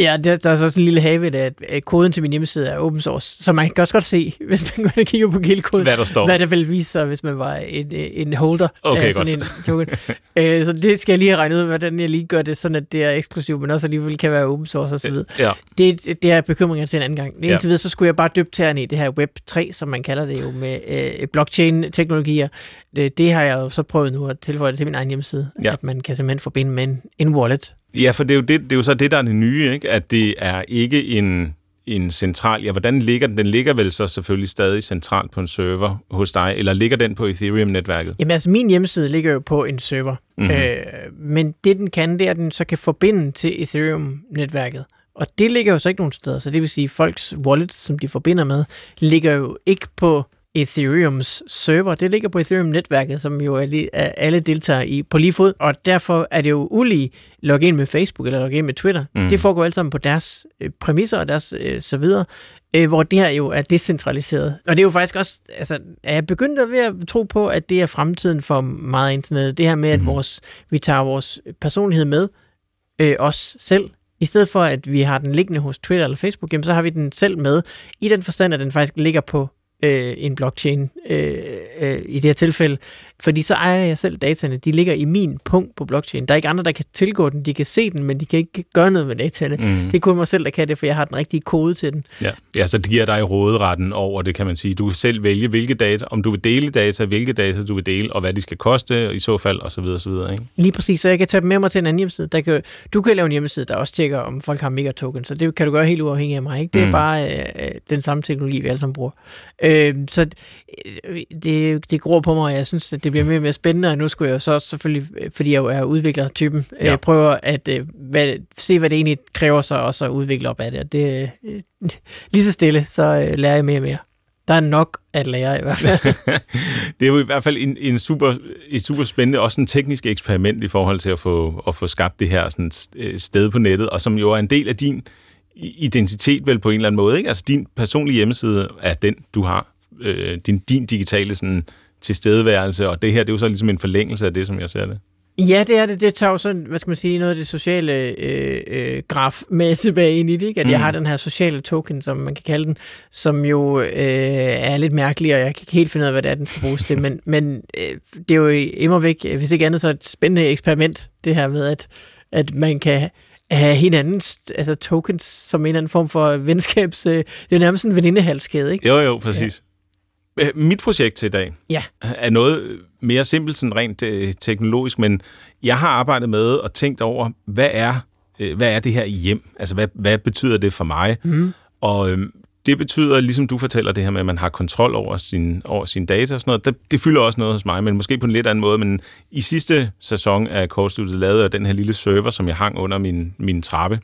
Ja, der, der er så sådan en lille have, at, at koden til min hjemmeside er open source, så man kan også godt se, hvis man går og kigger på gildkoden, hvad der står. Hvad der vil vise sig, hvis man var en, en holder okay, af sådan godt. En token. øh, så det skal jeg lige have regnet ud, hvordan jeg lige gør det, sådan at det er eksklusivt, men også alligevel kan være open source osv. Ja. Det, det er bekymringer til en anden gang. Indtil ja. videre, så skulle jeg bare dyppe tæerne i det her web tre, som man kalder det jo, med øh, blockchain-teknologier. Det, det har jeg jo så prøvet nu at tilføje det til min egen hjemmeside, ja. At man kan simpelthen forbinde med en, en wallet. Ja, for det er, jo det, det er jo så det, der er det nye, ikke? At det er ikke en, en central... Ja, hvordan ligger den? Den ligger vel så selvfølgelig stadig centralt på en server hos dig, eller ligger den på Ethereum-netværket? Jamen altså, min hjemmeside ligger jo på en server. Mm-hmm. Øh, men det, den kan, det er, at den så kan forbinde til Ethereum-netværket. Og det ligger jo så ikke nogen steder. Så det vil sige, at folks wallets, som de forbinder med, ligger jo ikke på Ethereums server. Det ligger på Ethereum-netværket, som jo er alle deltager i på lige fod, og derfor er det jo ulige logge ind med Facebook eller logge ind med Twitter. Mm. Det foregår alt sammen på deres øh, præmisser og deres øh, så videre, øh, hvor det her jo er decentraliseret. Og det er jo faktisk også, altså, er jeg begyndt at ved at tro på, at det er fremtiden for meget internet. Det her med, at mm. vores, vi tager vores personlighed med, øh, os selv, i stedet for, at vi har den liggende hos Twitter eller Facebook, jamen, så har vi den selv med, i den forstand, at den faktisk ligger på øh, en blockchain øh, øh, i det her tilfælde. Fordi så ejer jeg selv dataene. De ligger i min punkt på blockchain. Der er ikke andre, der kan tilgå den. De kan se den, men de kan ikke gøre noget med dataene. Mm. Det er kun mig selv, der kan det, for jeg har den rigtige kode til den. Ja, ja, så det giver dig råderetten over det, kan man sige. Du kan selv vælge, hvilke data, om du vil dele data, hvilke data du vil dele, og hvad de skal koste, og i så fald, og så videre, og så videre, ikke? Lige præcis, så jeg kan tage dem med mig til en anden hjemmeside. Der kan, du kan lave en hjemmeside, der også tjekker, om folk har megatokens, så det kan du gøre helt uafhængigt af mig, ikke? Det er mm. bare øh, den samme teknologi, vi alle sammen bruger. Øh, så det, det gror på mig, og jeg synes, at det bliver mere og mere spændende, og nu skulle jeg så selvfølgelig, fordi jeg jo er udvikler-typen, ja. øh, prøve at øh, hvad, se, hvad det egentlig kræver sig, og så udvikle op af det. Og det øh, lige så stille, så øh, lærer jeg mere og mere. Der er nok at lære i hvert fald. Det er jo i hvert fald en, en super, et super spændende, også en teknisk eksperiment i forhold til at få, at få skabt det her sådan, sted på nettet, og som jo er en del af din identitet vel på en eller anden måde, ikke? Altså din personlige hjemmeside er den, du har. Øh, din, din digitale sådan, tilstedeværelse, og det her, det er jo så ligesom en forlængelse af det, som jeg ser det. Ja, det er det. Det tager jo sådan, hvad skal man sige, noget af det sociale øh, øh, graf med tilbage ind i det, ikke? At mm. jeg har den her sociale token, som man kan kalde den, som jo øh, er lidt mærkelig, og jeg kan ikke helt finde ud af, hvad det er, den skal bruges til, men, men øh, det er jo immer væk, hvis ikke andet, så et spændende eksperiment, det her med, at, at man kan have hinandens altså tokens som en eller anden form for venskabs... Øh, det er jo nærmest en venindehalskæde, ikke? Jo, jo, præcis. Ja. Mit projekt til i dag ja. er noget mere simpelt, sådan rent øh, teknologisk, men jeg har arbejdet med og tænkt over, hvad er, øh, hvad er det her hjem? Altså, hvad, hvad betyder det for mig? Mm. Og øh, det betyder, ligesom du fortæller det her med, at man har kontrol over sin, over sin data og sådan noget, det, det fylder også noget hos mig, men måske på en lidt anden måde. Men i sidste sæson af Kortstudiet lavede jeg den her lille server, som jeg hang under min, min trappe,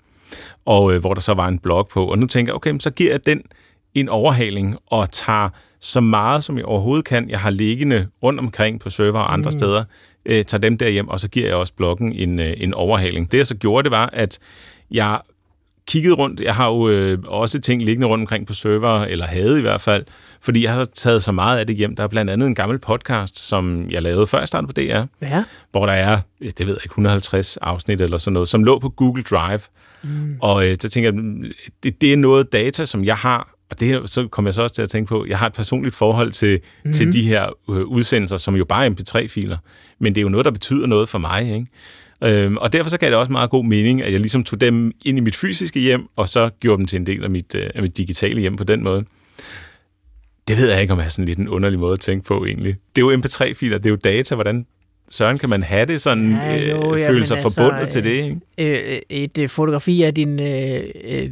og øh, hvor der så var en blog på. Og nu tænker jeg, okay, så giver jeg den en overhaling og tager så meget, som jeg overhovedet kan, jeg har liggende rundt omkring på server og andre mm. steder, øh, tager dem der hjem, og så giver jeg også bloggen en, øh, en overhaling. Det jeg så gjorde, det var, at jeg kiggede rundt. Jeg har jo øh, også ting liggende rundt omkring på server, eller havde i hvert fald, fordi jeg har taget så meget af det hjem. Der er blandt andet en gammel podcast, som jeg lavede før jeg startede på D R, ja. Hvor der er, det ved jeg ikke, et hundrede og halvtreds afsnit eller sådan noget, som lå på Google Drive. Mm. Og øh, så tænker jeg, det, det er noget data, som jeg har. Og det så kommer jeg så også til at tænke på, jeg har et personligt forhold til, mm-hmm. til de her øh, udsendelser, som jo bare er M P tre filer. Men det er jo noget, der betyder noget for mig, ikke? Øhm, og derfor så gav det også meget god mening, at jeg ligesom tog dem ind i mit fysiske hjem, og så gjorde dem til en del af mit, øh, af mit digitale hjem på den måde. Det ved jeg ikke, om jeg er sådan lidt en underlig måde at tænke på, egentlig. Det er jo M P tre filer, det er jo data, hvordan... Søren, kan man have det sådan, ja, jo, øh, føle sig altså, forbundet øh, til det, ikke? Øh, et øh, fotografi af din... Øh, øh,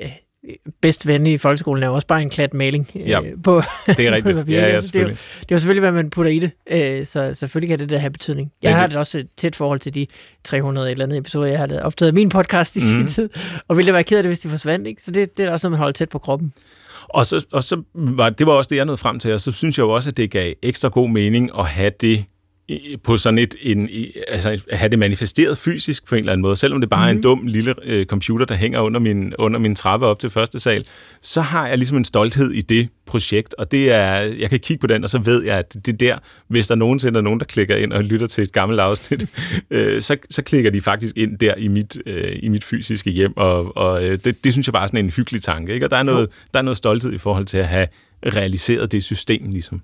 bedste ven i folkeskolen er også bare en klat maling ja, øh, på det er rigtigt. Ja, ja, selvfølgelig. Det er, jo, det er jo selvfølgelig, hvad man putter i det, øh, så selvfølgelig kan det der have betydning. Jeg har det også et tæt forhold til de tre hundrede et eller andet episoder, jeg har optaget af min podcast i sin mm. tid, og ville det være ked af det, hvis de forsvandt, ikke? Så det, det er også noget, man holder tæt på kroppen. Og så, og så var det var også det, jeg nåede frem til, og så synes jeg jo også, at det gav ekstra god mening at have det på sådan et, en, altså at have det manifesteret fysisk på en eller anden måde, selvom det bare mm-hmm. er en dum lille øh, computer, der hænger under min, under min trappe op til første sal, så har jeg ligesom en stolthed i det projekt, og det er, jeg kan kigge på den, og så ved jeg, at det er der, hvis der nogensinde er nogen, der klikker ind og lytter til et gammelt afsnit, øh, så, så klikker de faktisk ind der i mit, øh, i mit fysiske hjem, og, og øh, det, det synes jeg bare er sådan en hyggelig tanke, ikke? Og der er noget, der er noget stolthed i forhold til at have realiseret det system, ligesom.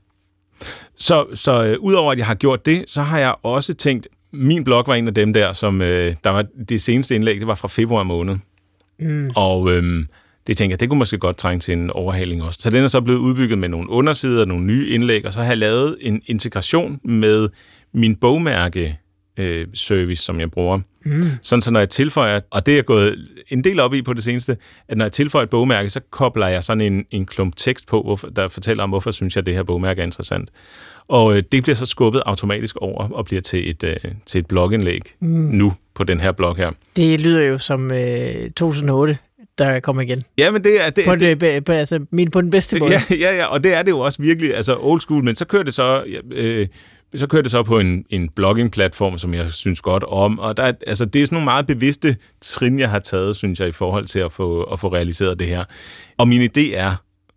Så, så øh, udover at jeg har gjort det, så har jeg også tænkt, min blog var en af dem der, som øh, der var det seneste indlæg, det var fra februar måned. Mm. Og øh, det tænker jeg, det kunne måske godt trænge til en overhaling også. Så den er så blevet udbygget med nogle undersider, nogle nye indlæg, og så har jeg lavet en integration med min bogmærke øh, service, som jeg bruger. Mm. Sådan så når jeg tilføjer, og det er jeg gået en del op i på det seneste, at når jeg tilføjer et bogmærke, så kobler jeg sådan en, en klump tekst på, hvorfor, der fortæller om, hvorfor synes jeg, at det her bogmærke er interessant. Og øh, det bliver så skubbet automatisk over og bliver til et, øh, til et blogindlæg mm. nu på den her blog her. Det lyder jo som øh, to tusind og otte, der kommer igen. Ja, men det er... Det, på, det, det, på, altså, min, på den bedste måde. Ja, ja, ja, og det er det jo også virkelig, altså old school, men så kører det så... Øh, Så kører det så på en, en blogging-platform, som jeg synes godt om, og der, altså, det er sådan nogle meget bevidste trin, jeg har taget, synes jeg, i forhold til at få, at få realiseret det her. Og min idé er,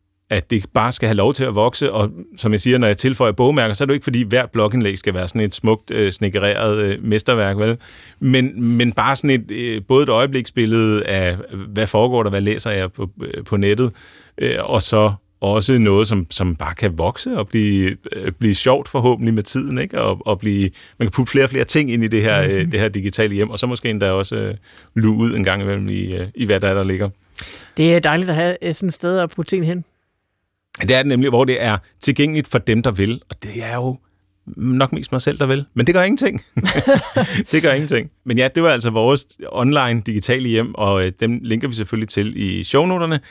at det bare skal have lov til at vokse, og som jeg siger, når jeg tilføjer bogmærker, så er det jo ikke, fordi hvert blogindlæg skal være sådan et smukt, øh, snikkereret øh, mesterværk, vel? Men, men bare sådan et, øh, både et øjebliksbillede af, hvad foregår der, hvad læser jeg på, øh, på nettet, øh, og så også noget, som, som bare kan vokse og blive, øh, blive sjovt forhåbentlig med tiden, ikke? Og, og blive, man kan putte flere og flere ting ind i det her, øh, det her digitale hjem, og så måske endda også øh, luge ud en gang imellem i, øh, i hvad der er, der ligger. Det er dejligt at have sådan et sted at putte ting hen. Det er det nemlig, hvor det er tilgængeligt for dem, der vil, og det er jo nok mest mig selv, der vil. Men det gør ingenting. det gør ingenting. Men ja, det var altså vores online digitale hjem, og øh, dem linker vi selvfølgelig til i shownoterne.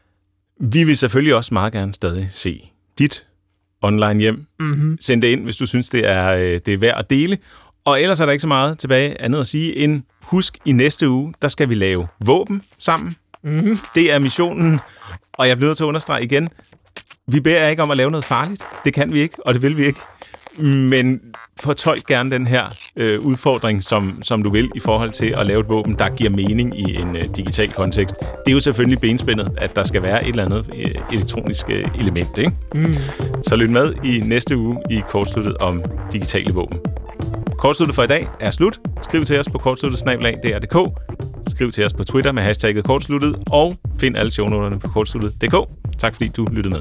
Vi vil selvfølgelig også meget gerne stadig se dit online hjem. Mm-hmm. Send det ind, hvis du synes, det er, det er værd at dele. Og ellers er der ikke så meget tilbage andet at sige end husk, i næste uge, der skal vi lave våben sammen. Mm-hmm. Det er missionen, og jeg bliver nødt til at understrege igen, vi beder jer ikke om at lave noget farligt. Det kan vi ikke, og det vil vi ikke. Men fortolk gerne den her øh, udfordring, som, som du vil, i forhold til at lave et våben, der giver mening i en øh, digital kontekst. Det er jo selvfølgelig benspændet, at der skal være et eller andet øh, elektronisk øh, element, ikke? Mm. Så lyt med i næste uge i Kortsluttet om digitale våben. Kortsluttet for i dag er slut. Skriv til os på kortsluttet snabel-a d r punktum d k. Skriv til os på Twitter med hashtagget kortsluttet, og find alle shownoterne på kortsluttet punktum d k. Tak fordi du lyttede med.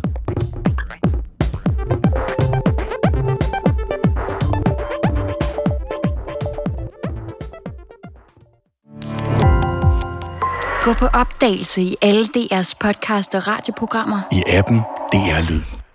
Gå på opdagelse i alle D R's podcast og radioprogrammer. I appen D R Lyd.